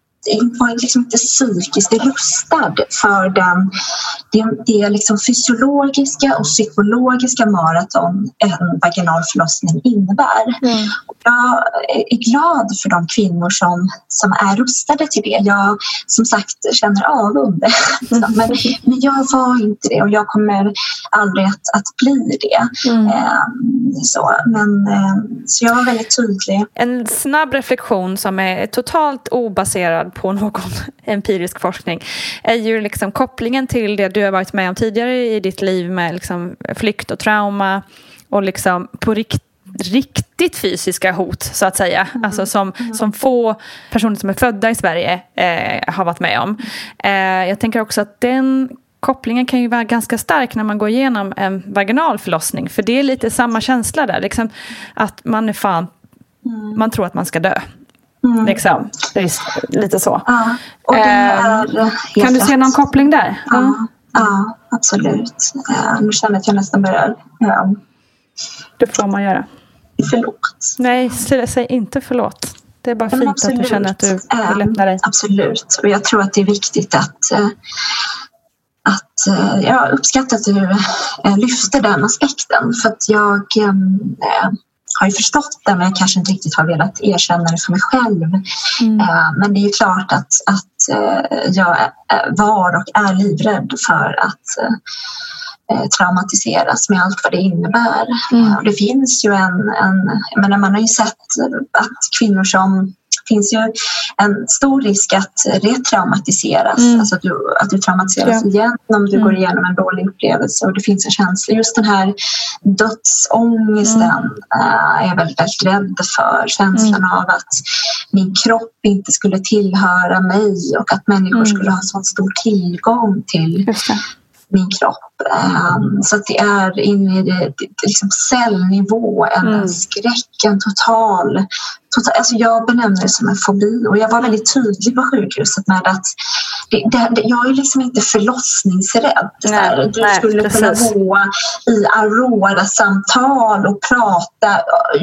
var liksom inte psykiskt rustad för den, det, det liksom fysiologiska och psykologiska maraton en vaginal förlossning innebär. Mm. Jag är glad för de kvinnor som, som är rustade till det. Jag som sagt känner avund. Mm. men, men jag var inte det och jag kommer aldrig att, att bli det. Mm. Um, så, men, um, så jag var väldigt tydlig. En snabb reflektion som är totalt obaserad på någon empirisk forskning är ju liksom kopplingen till det du har varit med om tidigare i ditt liv med liksom flykt och trauma och liksom på rikt, riktigt fysiska hot så att säga, mm. alltså som, mm. som få personer som är födda i Sverige eh, har varit med om. Eh, jag tänker också att den kopplingen kan ju vara ganska stark när man går igenom en vaginal förlossning, för det är lite samma känsla där, liksom att man är fan mm. man tror att man ska dö. Mm. Liksom. Det är lite så. Ja, och det är eh, kan du se någon koppling där? Ja, ja. ja absolut. Uh, nu känner jag att jag nästan börjar. Ja. Det får man göra. Förlåt. Nej, säg inte förlåt. Det är bara fint absolut. Att du känner att du vill lämna dig. Absolut. Och jag tror att det är viktigt att uh, att uh, jag uppskattar att du uh, lyfter den aspekten, för att jag um, uh, har ju förstått det, men jag kanske inte riktigt har velat erkänna det för mig själv. Mm. Uh, men det är ju klart att, att uh, jag var och är livrädd för att uh, traumatiseras med allt vad det innebär. Mm. Uh, och det finns ju en, en jag menar, man har ju sett att kvinnor som finns ju en stor risk att retraumatiseras, mm. alltså att du, att du traumatiseras ja. igen om du mm. går igenom en dålig upplevelse, och det finns en känsla, just den här dödsångesten mm. äh, är jag väldigt, väldigt rädd för, känslan mm. av att min kropp inte skulle tillhöra mig och att människor mm. skulle ha så stor tillgång till min kropp. Um, så att det är inne i det, det, det liksom cellnivå, en mm. skräck, en total, total... Alltså jag benämner det som en fobi, och jag var väldigt tydlig på sjukhuset med att det, det, det, jag är liksom inte förlossningsrädd. Nej, du nej, skulle precis. kunna gå i Aurora-samtal och prata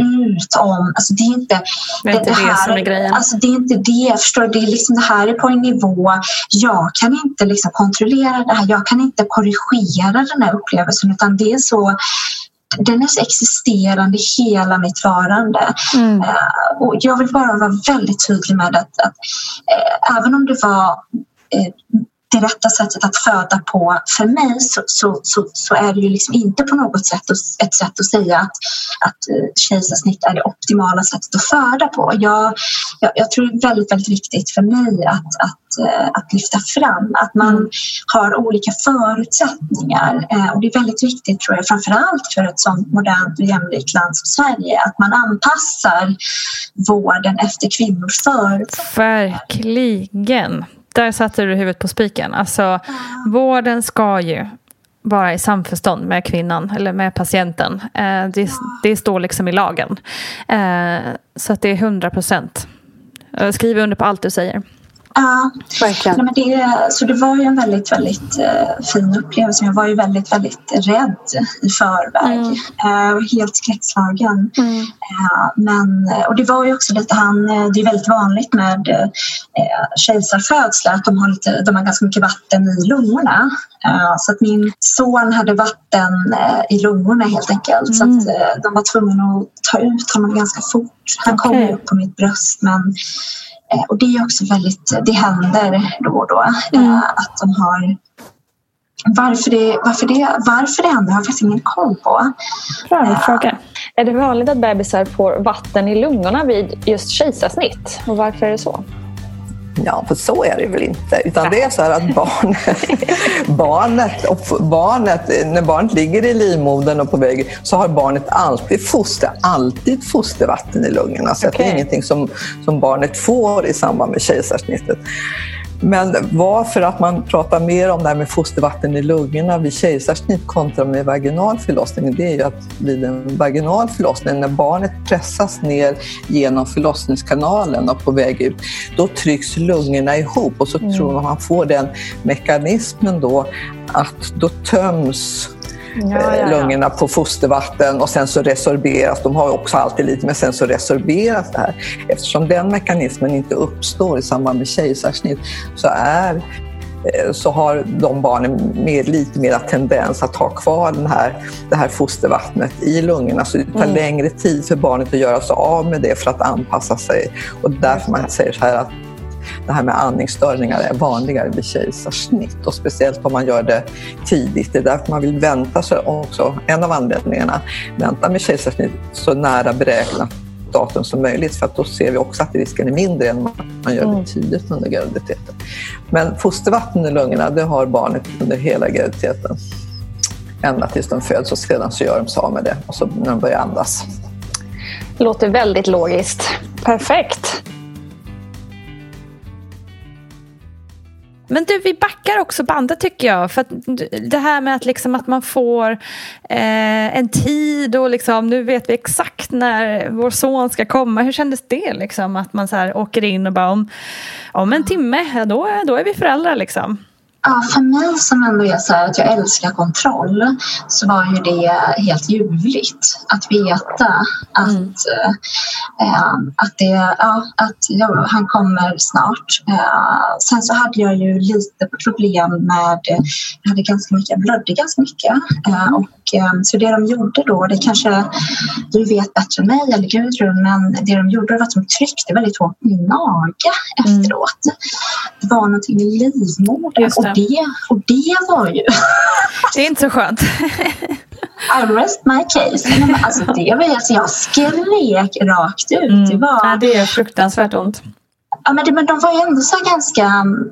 ut om, alltså det är inte det, är inte det, det här, som är grejen. Alltså det är inte det, förstår du? Det är liksom, det här är på en nivå, jag kan inte liksom kontrollera det här, jag kan inte korrigera den här upplevelsen, utan det är så, den är så existerande hela mitt varande. Mm. Uh, och jag vill bara vara väldigt tydlig med att, att uh, även om det var uh, det rätta sättet att föda på för mig, så, så, så, så är det ju liksom inte på något sätt ett sätt att säga att, att kejsarsnitt är det optimala sättet att föda på. Jag, jag, jag tror det är väldigt, väldigt viktigt för mig att, att, att lyfta fram att man mm. har olika förutsättningar, och det är väldigt viktigt, tror jag, framförallt för ett sådant modernt och jämlikt land som Sverige, att man anpassar vården efter kvinnors förutsättningar. Verkligen. Där satte du huvudet på spiken. Alltså, ja. vården ska ju vara i samförstånd med kvinnan eller med patienten. Eh, det, ja. det står liksom i lagen. Eh, så att det är hundra procent. Skriv under på allt du säger. Ja, verkligen. Nej, men det, så det var ju en väldigt, väldigt uh, fin upplevelse. Jag var ju väldigt, väldigt rädd i förväg. Mm. Uh, helt skräckslagen. Mm. Uh, men, och det var ju också lite, han, det är väldigt vanligt med uh, kejsarfödslar att de har, lite, de har ganska mycket vatten i lungorna. Uh, så att min son hade vatten uh, i lungorna helt enkelt. Mm. Så att uh, de var tvungna att ta ut honom ganska fort. Han okay. kom upp på mitt bröst, men och det är också väldigt, det händer då och då mm. att de har Varför det, varför det, varför det händer har jag faktiskt ingen koll på. Bra fråga. Är det vanligt att bebisar får vatten i lungorna vid just kejsarsnitt? Och varför är det så? Ja, för så är det väl inte. Utan det är så här att barnet, barnet, och barnet, när barnet ligger i livmodern och på väg, så har barnet alltid foster, alltid fostervatten i lungorna. Så okay. Det är ingenting som, som barnet får i samband med kejsarsnittet. Men varför att man pratar mer om det här med fostervatten i lungorna vid kejsarsnitt kontra med vaginal förlossning, det är ju att vid en vaginal förlossning, när barnet pressas ner genom förlossningskanalen och på väg ut, då trycks lungorna ihop och så mm. tror man man får den mekanismen då att då töms Ja, ja, ja. lungorna på fostervatten och sen så resorberas, de har också alltid lite, men sen så resorberas det här. Eftersom den mekanismen inte uppstår i samband med kejsarsnitt så, är, så har de barnen med lite mer tendens att ha kvar den här, det här fostervattnet i lungorna, så det tar mm. längre tid för barnet att göra sig av med det för att anpassa sig, och därför man säger så här att det här med andningsstörningar är vanligare vid kejsarsnitt, och speciellt om man gör det tidigt. Det är därför man vill vänta så också, en av anledningarna, vänta med kejsarsnitt så nära beräknat datum som möjligt, för att då ser vi också att risken är mindre än man gör det tidigt under graviditeten. Men fostervatten i lungorna, det har barnet under hela graviditeten. Ända tills de föds, och sedan så gör de sig av med det och så när de börjar andas. Låter väldigt logiskt. Perfekt. Men du, vi backar också bandet tycker jag. För att det här med att, liksom att man får eh, en tid och liksom, nu vet vi exakt när vår son ska komma. Hur kändes det liksom? Att man så här åker in och bara om, om en timme, då, då är vi föräldrar liksom. Ja, för mig som ändå är så här att jag älskar kontroll, så var ju det helt ljuvligt att veta att, mm. äh, att, det, ja, att ja, han kommer snart. Äh, sen så hade jag ju lite problem med, jag hade ganska mycket, jag blödde ganska mycket. Äh, och, äh, så det de gjorde då, det kanske du vet bättre än mig eller Gudrun, men det de gjorde var att de tryckte väldigt hårt på min mage efteråt. Mm. Det var någonting i livmodern. Det, och det var ju... Det är inte så skönt. I rest my case. Men alltså det var alltså, jag skrek rakt ut. Mm. Det, var, ja, det är fruktansvärt ont. Ja, men, det, men de var ju ändå så ganska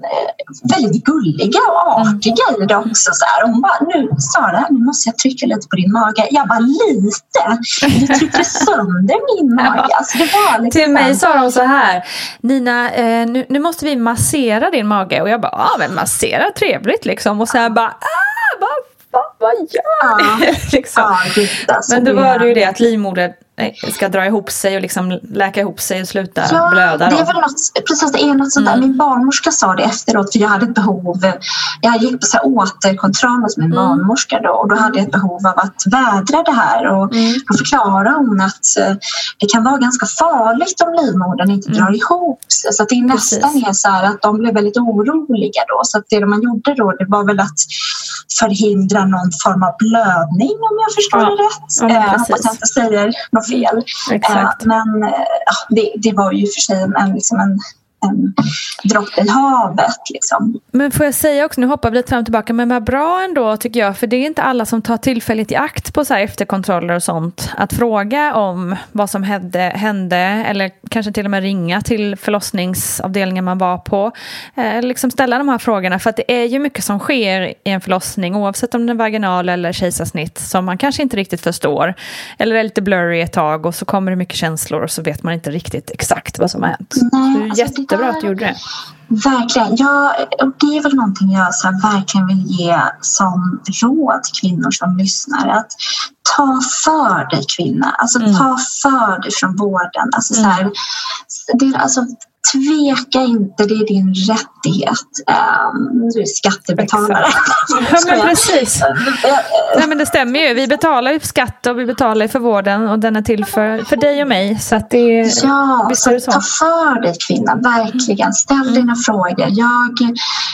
eh, väldigt gulliga och artiga mm. i det också. Så här. Och hon bara, nu Sara, nu måste jag trycka lite på din mage. Jag bara, lite? Du trycker sönder min mage. Ja. Alltså, det var liksom... Till mig sa de så här, Nina, eh, nu, nu måste vi massera din mage. Och jag bara, ja men massera, trevligt liksom. Och så här bara, ah, vad, vad, vad gör ni? Ja. liksom. Ja, gud, alltså, men då var det ju det att livmodern ska dra ihop sig och liksom läka ihop sig och sluta ja, blöda. Det är väl något, precis, det är något sånt där. Mm. Min barnmorska sa det efteråt, för jag hade ett behov, jag gick på så här återkontroll hos min mm. barnmorska då, och då hade jag ett behov av att vädra det här, och mm. då förklarade hon att det kan vara ganska farligt om livmodern inte drar mm. ihop sig, så att det är nästan är så här att de blev väldigt oroliga då, så att det man gjorde då, det var väl att förhindra någon form av blödning, om jag förstår ja. det rätt. Ja, jag hoppas jag inte säger något fel. Exakt. Uh, men uh, det, det var ju för sig en, liksom en, en droppe i havet. Liksom. Men får jag säga också, nu hoppar vi lite fram och tillbaka, men vad bra ändå tycker jag, för det är inte alla som tar tillfället i akt på så här efterkontroller och sånt, att fråga om vad som hände, hände eller kanske till och med ringa till förlossningsavdelningen man var på, eh, liksom ställa de här frågorna, för att det är ju mycket som sker i en förlossning, oavsett om det är vaginal eller kejsarsnitt, som man kanske inte riktigt förstår, eller är lite blurry ett tag, och så kommer det mycket känslor och så vet man inte riktigt exakt vad som har hänt. Nej, så det är alltså jättebra det där... att du gjorde det. Verkligen, ja, och det är väl någonting jag så här verkligen vill ge som råd till kvinnor som lyssnar, att ta för dig kvinna, alltså mm. ta för dig från vården, alltså mm. så här, det, alltså tveka inte, det är din rättighet. Um, du är skattebetalare. Ja, men precis. Nej, men det stämmer ju. Vi betalar ju skatt och vi betalar för vården, och den är till för, för dig och mig. Så att det, ja, visst är det så. Ta för dig kvinna, verkligen. Ställ mm. dina frågor. Jag,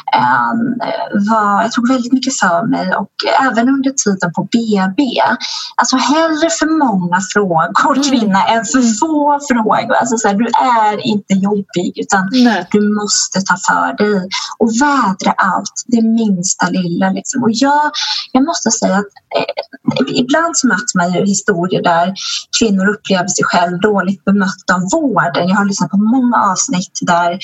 um, var, jag tog väldigt mycket för mig, och även under tiden på B B. Alltså hellre för många frågor, kvinna, mm. än för få frågor. Alltså så här, du är inte jobbig. deppig, utan Nej. du måste ta för dig och vädra allt, det minsta lilla liksom. Och jag, jag måste säga att eh, ibland så möter man ju historier där kvinnor upplever sig själv dåligt bemötta av vården. Jag har lyssnat på många avsnitt där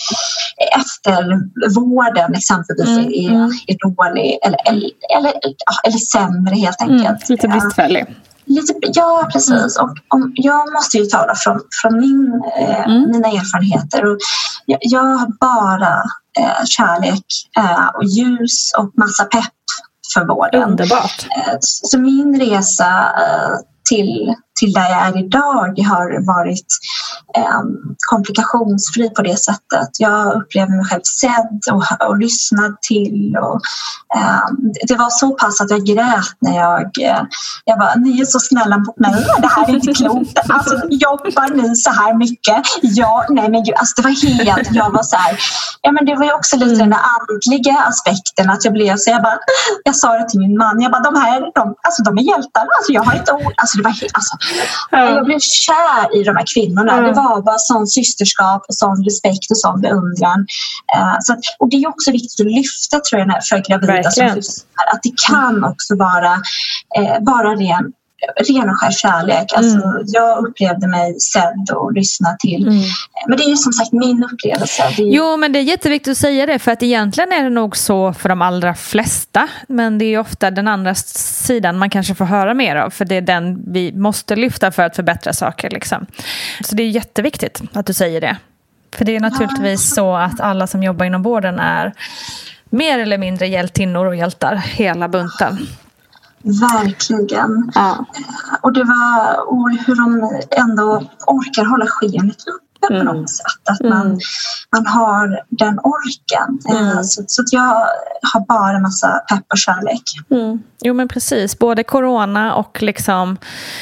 eftervården exempelvis mm, är, mm. är dålig eller, eller, eller, eller sämre helt enkelt. Mm, lite bristfällig. Lite, ja, precis. Och om, jag måste ju tala från, från min, eh, mm. mina erfarenheter. Och jag, jag har bara eh, kärlek eh, och ljus och massa pepp för vården. Underbart. Eh, så min resa eh, till, till där jag är idag har varit eh, komplikationsfri på det sättet. Jag upplever mig själv sedd och, och lyssnad till. Och, eh, det var så pass att jag grät när jag, eh, jag bara, ni är så snälla mot mig. Det här är inte klokt. Alltså, jobbar ni så här mycket? Ja, nej men gud, alltså, det var helt, jag var så här, ja men det var ju också lite mm. den andliga aspekten att jag blev så jag bara, jag sa det till min man, jag bara, de här, de, alltså de är hjältar, alltså jag har inte ord, alltså det var helt, alltså, mm. jag blev kär i de här kvinnorna, mm. det var bara sån systerskap och sån respekt och sån beundran. Uh, så att, och det är också viktigt att lyfta, tror jag, för gravida som lyssnar, att det kan också vara, eh, vara ren ren och skär kärlek. Alltså, mm. jag upplevde mig sedd och lyssnad till. Mm. Men det är ju som sagt min upplevelse. Det är... Jo, men det är jätteviktigt att säga det, för att egentligen är det nog så för de allra flesta. Men det är ofta den andra sidan man kanske får höra mer av, för det är den vi måste lyfta för att förbättra saker. Liksom. Så det är jätteviktigt att du säger det. För det är naturligtvis ja. så att alla som jobbar inom vården är mer eller mindre hjältinnor och hjältar, hela bunten. Verkligen. Ja. Och det var och hur de ändå orkar hålla skenet uppe mm. på något sätt. Att man, mm. man har den orken. Mm. Så, så att jag har bara massa pepp och kärlek. Mm. Jo men precis. Både corona och liksom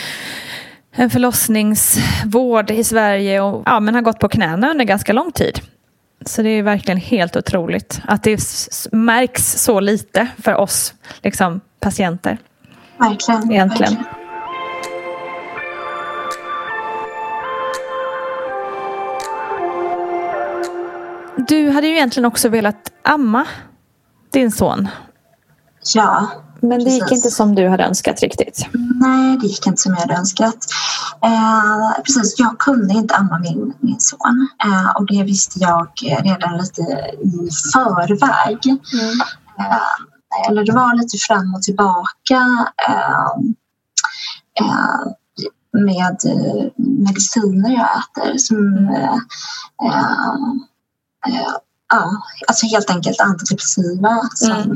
en förlossningsvård i Sverige och, ja, men har gått på knäna under ganska lång tid. Så det är verkligen helt otroligt att det märks så lite för oss liksom, patienter. Verkligen. Egentligen. Verkligen. Du hade ju egentligen också velat amma din son. Ja. Men det precis. gick inte som du hade önskat riktigt. Nej, det gick inte som jag hade önskat. Eh, precis, jag kunde inte amma min, min son. Eh, och det visste jag redan lite i förväg. Mm. Eh, eller det var lite fram och tillbaka eh, eh, med mediciner jag äter. Som, eh, eh, ja, alltså helt enkelt antidepressiva som mm.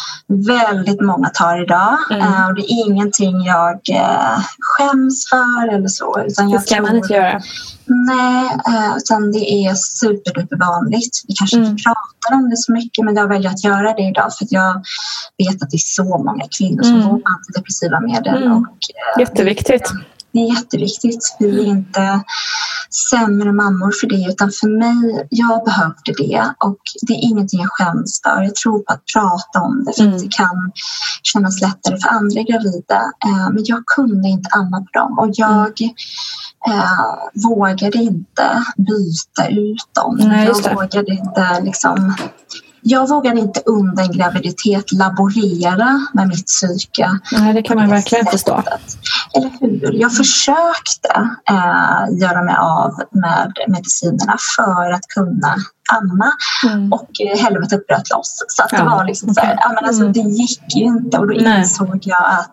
väldigt många tar idag. Mm. Uh, och det är ingenting jag uh, skäms för eller så. Utan jag det ska tror, man inte göra. Nej, uh, utan det är superduper vanligt. Vi kanske mm. inte pratar om det så mycket, men jag väljer att göra det idag för att jag vet att det är så många kvinnor som mm. får antidepressiva medel. Mm. Och, uh, jätteviktigt. Det, det är jätteviktigt. Vi är inte sämre mammor för det, utan för mig, jag behövde det och det är ingenting jag skäms för. Jag tror på att prata om det för mm. att det kan kännas lättare för andra gravida. Eh, men jag kunde inte amma på dem och jag mm. eh, vågade inte byta ut dem. Nej, jag vågade inte liksom... Jag vågade inte under en graviditet laborera med mitt psyke. Nej, det kan man verkligen förstå. Eller hur? Jag försökte äh, göra mig av med medicinerna för att kunna amma. Mm. Och äh, helvetet bröt loss. Så att ja, det var liksom okay. så här, ja, men alltså, mm. det gick ju inte. Och då Nej. insåg jag att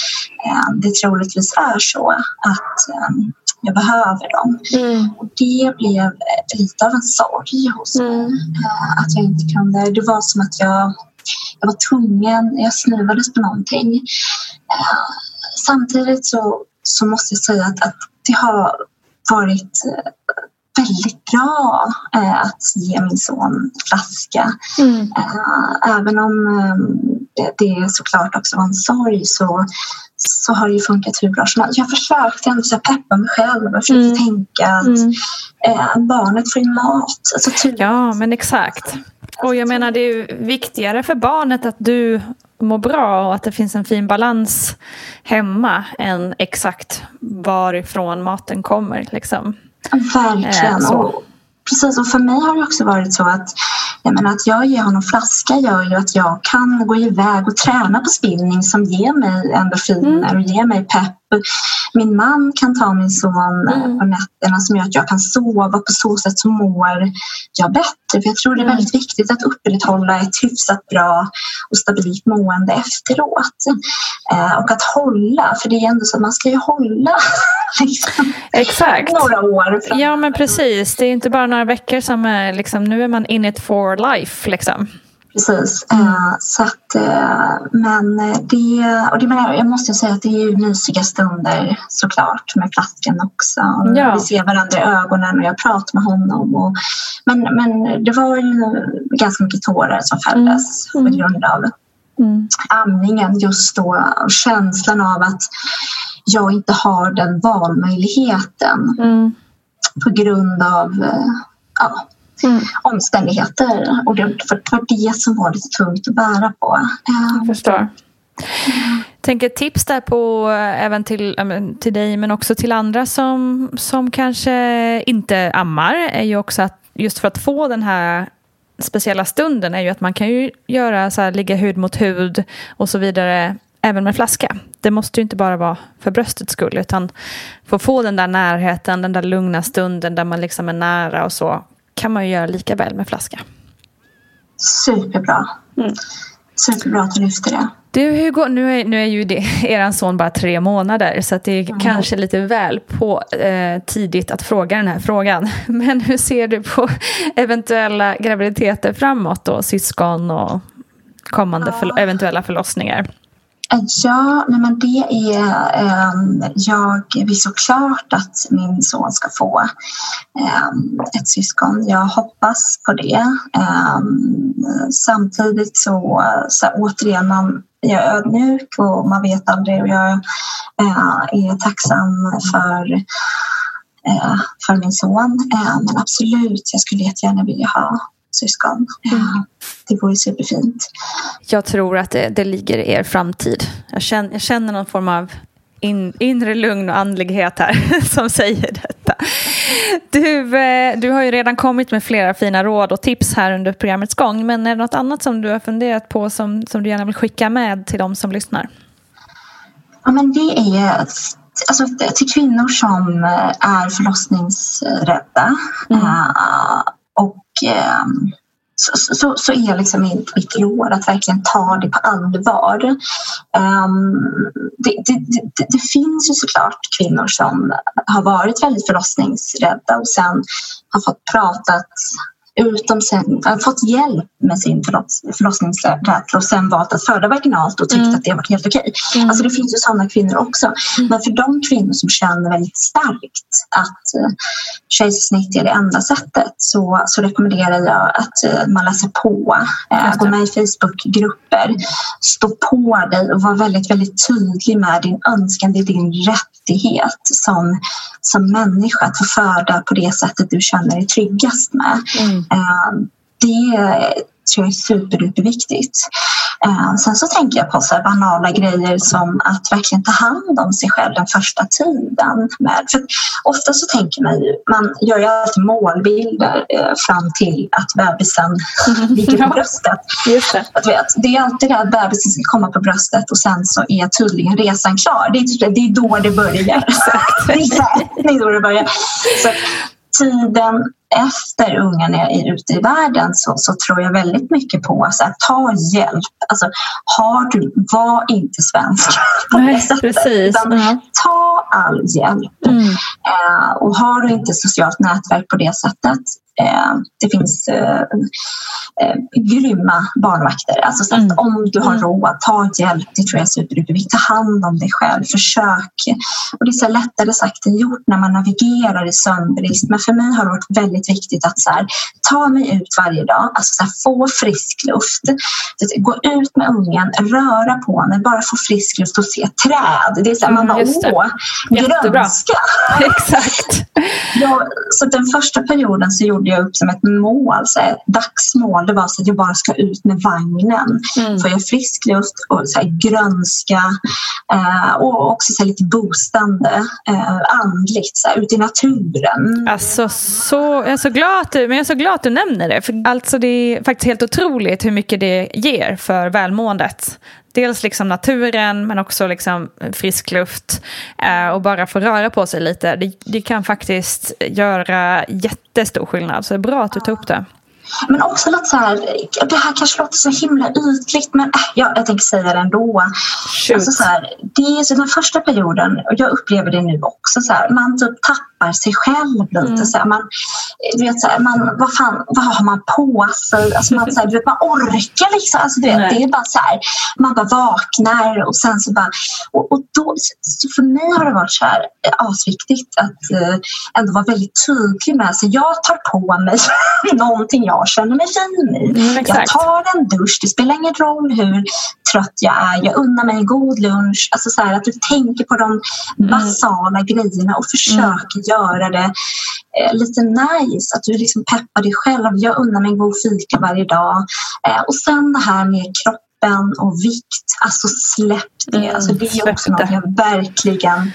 äh, det troligtvis är så att äh, jag behöver dem. Mm. Och det blev lite av en sorg hos mig. Mm. Äh, att jag inte kunde. Det var som att jag, jag var tvungen. Jag snuvades på någonting. Äh, samtidigt så, så måste jag säga att, att det har varit väldigt bra äh, att ge min son flaska. Mm. Äh, även om äh, det, det såklart också var en sorg så så har det ju funkat hur bra som helst. Jag försökte ändå så peppa mig själv och försökte mm. tänka att mm. eh, barnet får ju mat. Alltså, typ. Ja, men exakt. Och jag menar, det är ju viktigare för barnet att du mår bra och att det finns en fin balans hemma än exakt varifrån maten kommer. Liksom. Verkligen. Eh, och, Precis, och för mig har det också varit så att, jag menar, att jag ger honom flaska gör ju att jag kan gå iväg och träna på spinning som ger mig endorfiner mm. och ger mig pepp. Min man kan ta min son mm. på nätterna som gör att jag kan sova. På så sätt så mår jag bättre. För jag tror det är väldigt viktigt att upprätthålla ett hyfsat bra och stabilt mående efteråt. Eh, och att hålla, för det är ändå så att man ska ju hålla liksom, exakt. några år. Ja, men precis. Det är inte bara några veckor som är liksom, nu är man in it for life liksom. Precis, mm. uh, så att, uh, men det, och det menar, jag måste säga att det är ju mysiga stunder såklart med flaskan också. Ja. Vi ser varandra i ögonen och jag pratar med honom. Och, men, men det var ju ganska mycket tårar som fälldes mm. på grund av mm. amningen just då. Känslan av att jag inte har den valmöjligheten mm. på grund av uh, ja, Mm. omständigheter, och det var det som var lite tungt att bära på. Jag förstår. Mm. Tänker tips där på även till, till dig men också till andra som, som kanske inte ammar är ju också att just för att få den här speciella stunden är ju att man kan ju göra så här, ligga hud mot hud och så vidare även med flaska. Det måste ju inte bara vara för bröstets skull utan för att få den där närheten, den där lugna stunden där man liksom är nära och så kan man ju göra lika väl med flaska. Superbra. Mm. Superbra att du lyfter det. Du, hur går, nu, är, nu är ju det, eran son bara tre månader så att det är mm. kanske lite väl på eh, tidigt att fråga den här frågan. Men hur ser du på eventuella graviditeter framåt då? Syskon och kommande ja. för, eventuella förlossningar? Ja, nej men det är eh, jag vill såklart att min son ska få eh, ett syskon. Jag hoppas på det. Eh, samtidigt så, så återigen man, jag är ödmjuk och man vet aldrig, och jag eh, är tacksam för eh, för min son. Eh, men absolut, jag skulle jättegärna vilja ha syskon. Mm. Det vore superfint. Jag tror att det, det ligger i er framtid. Jag känner, jag känner någon form av in, inre lugn och andlighet här som säger detta. Du, du har ju redan kommit med flera fina råd och tips här under programmets gång. Men är det något annat som du har funderat på som, som du gärna vill skicka med till de som lyssnar? Ja, men det är alltså, till kvinnor som är förlossningsrädda. Mm. Uh, och um, så, så, så är liksom mitt, mitt råd att verkligen ta det på allvar. Um, det, det, det, det finns ju såklart kvinnor som har varit väldigt förlossningsrädda och sen har fått pratat utom sen, har fått hjälp med sin förloss, förlossningsrädsla och sen valt att föda vaginalt och tyckt mm. att det var helt okej. Mm. Alltså det finns ju sådana kvinnor också. Mm. Men för de kvinnor som känner väldigt starkt att uh, kejsarsnitt är det enda sättet så, så rekommenderar jag att uh, man läser på, uh, gå med i Facebookgrupper, stå på dig och vara väldigt, väldigt tydlig med din önskan, det är din rättighet som, som människa att få föda på det sättet du känner dig tryggast med. Mm. Uh, det tror jag är superviktigt. Uh, sen så tänker jag på så här banala grejer som att verkligen ta hand om sig själv den första tiden. Med. För ofta så tänker man ju, man gör ju alltid målbilder uh, fram till att bebisen mm. ligger på bröstet. Just det. Att vet, det är alltid det att bebisen ska komma på bröstet och sen så är tydligen resan klar. Det är, det är då det börjar. det, är, det är då det börjar. Så tiden efter ungen är ute i världen så, så tror jag väldigt mycket på alltså, att ta hjälp. Alltså, har du, var inte svensk på Nej, det sättet. Precis. Utan, mm. ta all hjälp. Mm. Eh, och har du inte socialt nätverk på det sättet, eh, det finns eh, eh, grymma barnvakter. Alltså, så att mm. om du har mm. råd, ta hjälp. Det tror jag är superviktigt. Ta hand om dig själv, försök. Och det är så lättare sagt än gjort när man navigerar i sömnbrist. Men för mig har det varit väldigt viktigt att så här, ta mig ut varje dag, alltså så här, få frisk luft, gå ut med ungen, röra på mig, bara få frisk luft och se träd. Det är så här, man bara, åh, grönska. Exakt. Ja, så den första perioden så gjorde gjorde jag upp som ett mål, så här, ett dagsmål. Det var så att jag bara ska ut med vagnen. Mm. För jag är frisk luft och så här, grönska eh, och också så här, lite boostande, eh, andligt, så här, ut i naturen. Alltså, så, jag är så glad att du, men jag är så glad att du nämner det. För alltså, det är faktiskt helt otroligt hur mycket det ger för välmåendet. Dels liksom naturen, men också liksom frisk luft eh, och bara få röra på sig lite. Det, det kan faktiskt göra jättestor skillnad. Så det är bra att du tar upp det. Men också lite så här, det här kanske låter så himla ytligt, men äh, jag, jag tänker säga det ändå. Alltså så här, det är så den första perioden, och jag upplever det nu också, så här, man typ tappar sig själv lite. Mm. Så här, man, du vet, så här, man, vad, fan, vad har man på sig? Alltså man, så här, du vet, man orkar liksom. Alltså, du vet, det är bara så här, man bara vaknar och sen så bara... Och, och då, så för mig har det varit så här asviktigt att äh, ändå vara väldigt tydlig med sig. Jag tar på mig någonting jag känner mig fin i. Mm, jag tar en dusch, det spelar ingen roll hur trött jag är. Jag unnar mig en god lunch. Alltså så här, att du tänker på de basala mm. grejerna och försöker mm. göra det eh, lite nice. Att du liksom peppar dig själv. Jag unnar mig en god fika varje dag. Eh, och sen det här med kroppen och vikt. Alltså släpp det. Mm, alltså, det är också något jag verkligen...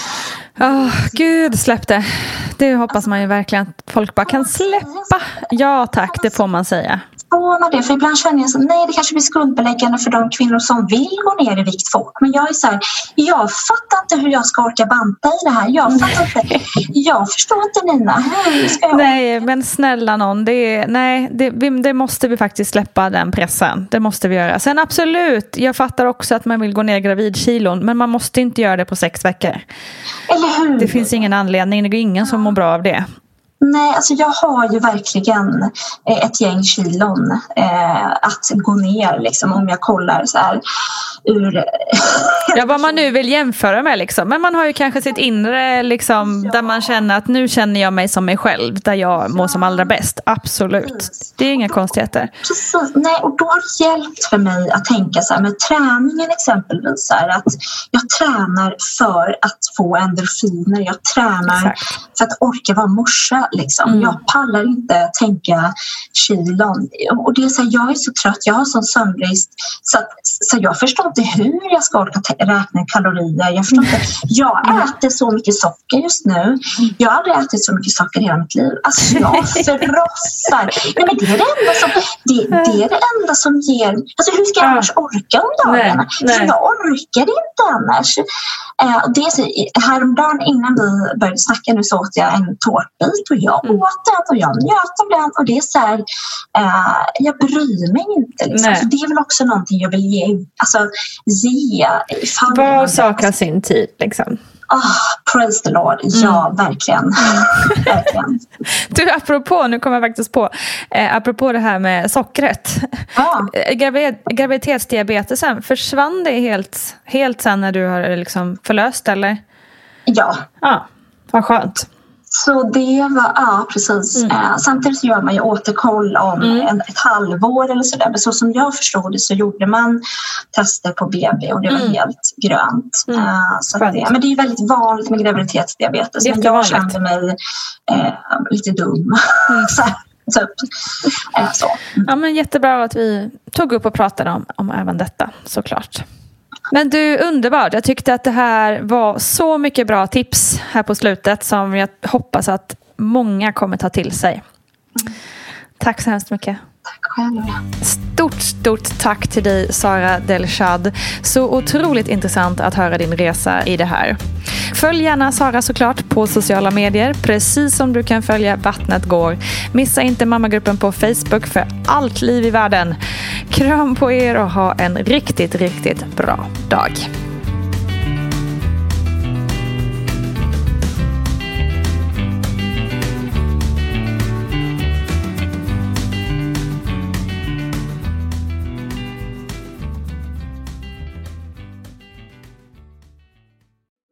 Oh, Gud, släpp det. Det hoppas man ju verkligen att folk bara kan släppa. Ja tack, det får man säga. Får man det? För ibland känner jag så, nej, det kanske blir skuldbeläggande för de kvinnor som vill gå ner i vikt fort. Men jag är så här, jag fattar inte hur jag ska orka banta i det här. Jag fattar inte. Jag förstår inte, Nina. Hur ska jag... Nej, men snälla någon. Det, är, nej, det, det måste vi faktiskt släppa den pressen. Det måste vi göra. Sen absolut, jag fattar också att man vill gå ner gravidkilon. Men man måste inte göra det på sex veckor. Eller hur? Det finns ingen anledning. Det är ingen som mår bra av det. Nej, alltså jag har ju verkligen ett gäng kilon eh, att gå ner liksom, om jag kollar så här ur... Ja, vad man nu vill jämföra med liksom. Men man har ju kanske sitt inre liksom, ja. Där man känner att nu känner jag mig som mig själv, där jag mår som allra bäst. Absolut. Precis. Det är inga konstigheter. Precis. Nej, och då har det hjälpt för mig att tänka så här med träningen exempelvis så här, att jag tränar för att få endorfiner. Jag tränar Exakt. För att orka vara morsa. Liksom. Mm. Jag pallar inte tänka kilon. Och det är så här, jag är så trött, jag har sån sömnbrist så, att, så jag förstår inte hur jag ska orka t- räkna kalorier. Jag förstår inte. Jag äter så mycket socker just nu. Jag har aldrig ätit så mycket socker i hela mitt liv. Alltså jag förrossar. Nej, men det är det enda som, det, det är det enda som ger... Alltså hur ska jag annars orka om dagarna? Nej, nej. Jag orkar inte annars. Eh, det är så, häromdagen innan vi började snacka nu så åt jag en tårtbit och jag mm. åt den och jag njöt av den och det är så här, eh, jag bryr mig inte liksom. Så det är väl också någonting jag vill ge, alltså ge. Var sak har sin tid liksom. Oh, praise the Lord, ja mm. verkligen. Mm. verkligen. Du, apropå, nu kommer jag faktiskt på eh, apropå det här med sockret ah. Gravid, graviditetsdiabetesen, försvann det helt, helt sen när du har liksom förlöst eller? Ja. Ja, vad skönt. Så det var, ja precis. Mm. Eh, samtidigt så gör man ju återkoll om mm. en, ett halvår eller sådär. Men så som jag förstod det så gjorde man tester på B B och det var mm. helt grönt. Mm. Eh, så det, men det är ju väldigt vanligt med graviditetsdiabetes. Men jag kände mig eh, lite dum. Mm. så, typ. eh, så. Mm. Ja, men jättebra att vi tog upp och pratade om, om även detta, såklart. Men du, underbart. Jag tyckte att det här var så mycket bra tips här på slutet som jag hoppas att många kommer ta till sig. Mm. Tack så hemskt mycket. Tack själv. Stort, stort tack till dig, Sara Delshad. Så otroligt intressant att höra din resa i det här. Följ gärna Sara såklart på sociala medier, precis som du kan följa Vattnet går. Missa inte mammagruppen på Facebook för allt liv i världen. Kram på er och ha en riktigt, riktigt bra dag.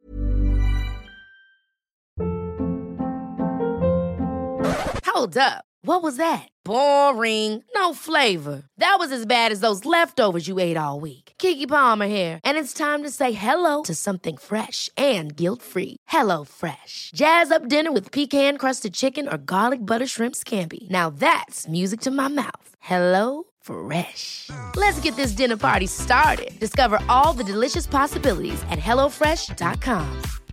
Hold up. What was that? Boring. No flavor. That was as bad as those leftovers you ate all week. Keke Palmer here, and it's time to say hello to something fresh and guilt-free. Hello Fresh. Jazz up dinner with pecan-crusted chicken or garlic butter shrimp scampi. Now that's music to my mouth. Hello Fresh. Let's get this dinner party started. Discover all the delicious possibilities at hello fresh dot com.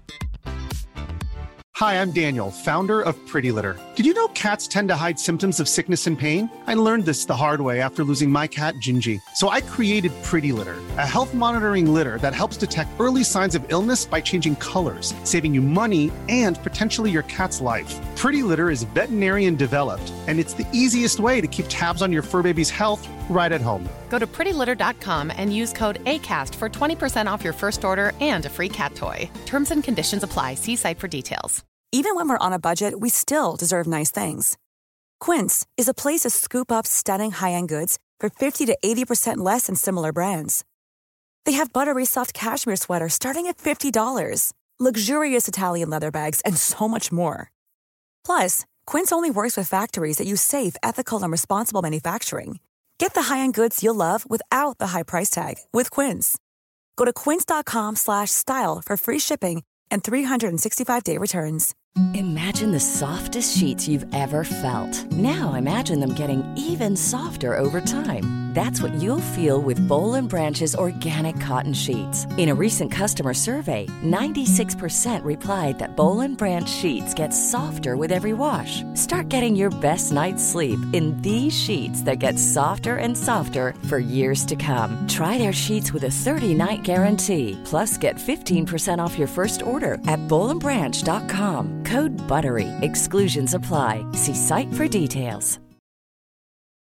Hi, I'm Daniel, founder of Pretty Litter. Did you know cats tend to hide symptoms of sickness and pain? I learned this the hard way after losing my cat, Gingy. So I created Pretty Litter, a health monitoring litter that helps detect early signs of illness by changing colors, saving you money and potentially your cat's life. Pretty Litter is veterinarian developed, and it's the easiest way to keep tabs on your fur baby's health right at home. Go to pretty litter dot com and use code ACAST for twenty percent off your first order and a free cat toy. Terms and conditions apply. See site for details. Even when we're on a budget, we still deserve nice things. Quince is a place to scoop up stunning high-end goods for fifty to eighty percent less than similar brands. They have buttery soft cashmere sweaters starting at fifty dollars, luxurious Italian leather bags, and so much more. Plus, Quince only works with factories that use safe, ethical, and responsible manufacturing. Get the high-end goods you'll love without the high price tag with Quince. Go to quince dot com slash style for free shipping and three sixty-five day returns. Imagine the softest sheets you've ever felt. Now imagine them getting even softer over time. That's what you'll feel with Boll and Branch's organic cotton sheets. In a recent customer survey, ninety-six percent replied that Boll and Branch sheets get softer with every wash. Start getting your best night's sleep in these sheets that get softer and softer for years to come. Try their sheets with a thirty-night guarantee. Plus, get fifteen percent off your first order at boll and branch dot com. Code BUTTERY. Exclusions apply. See site for details.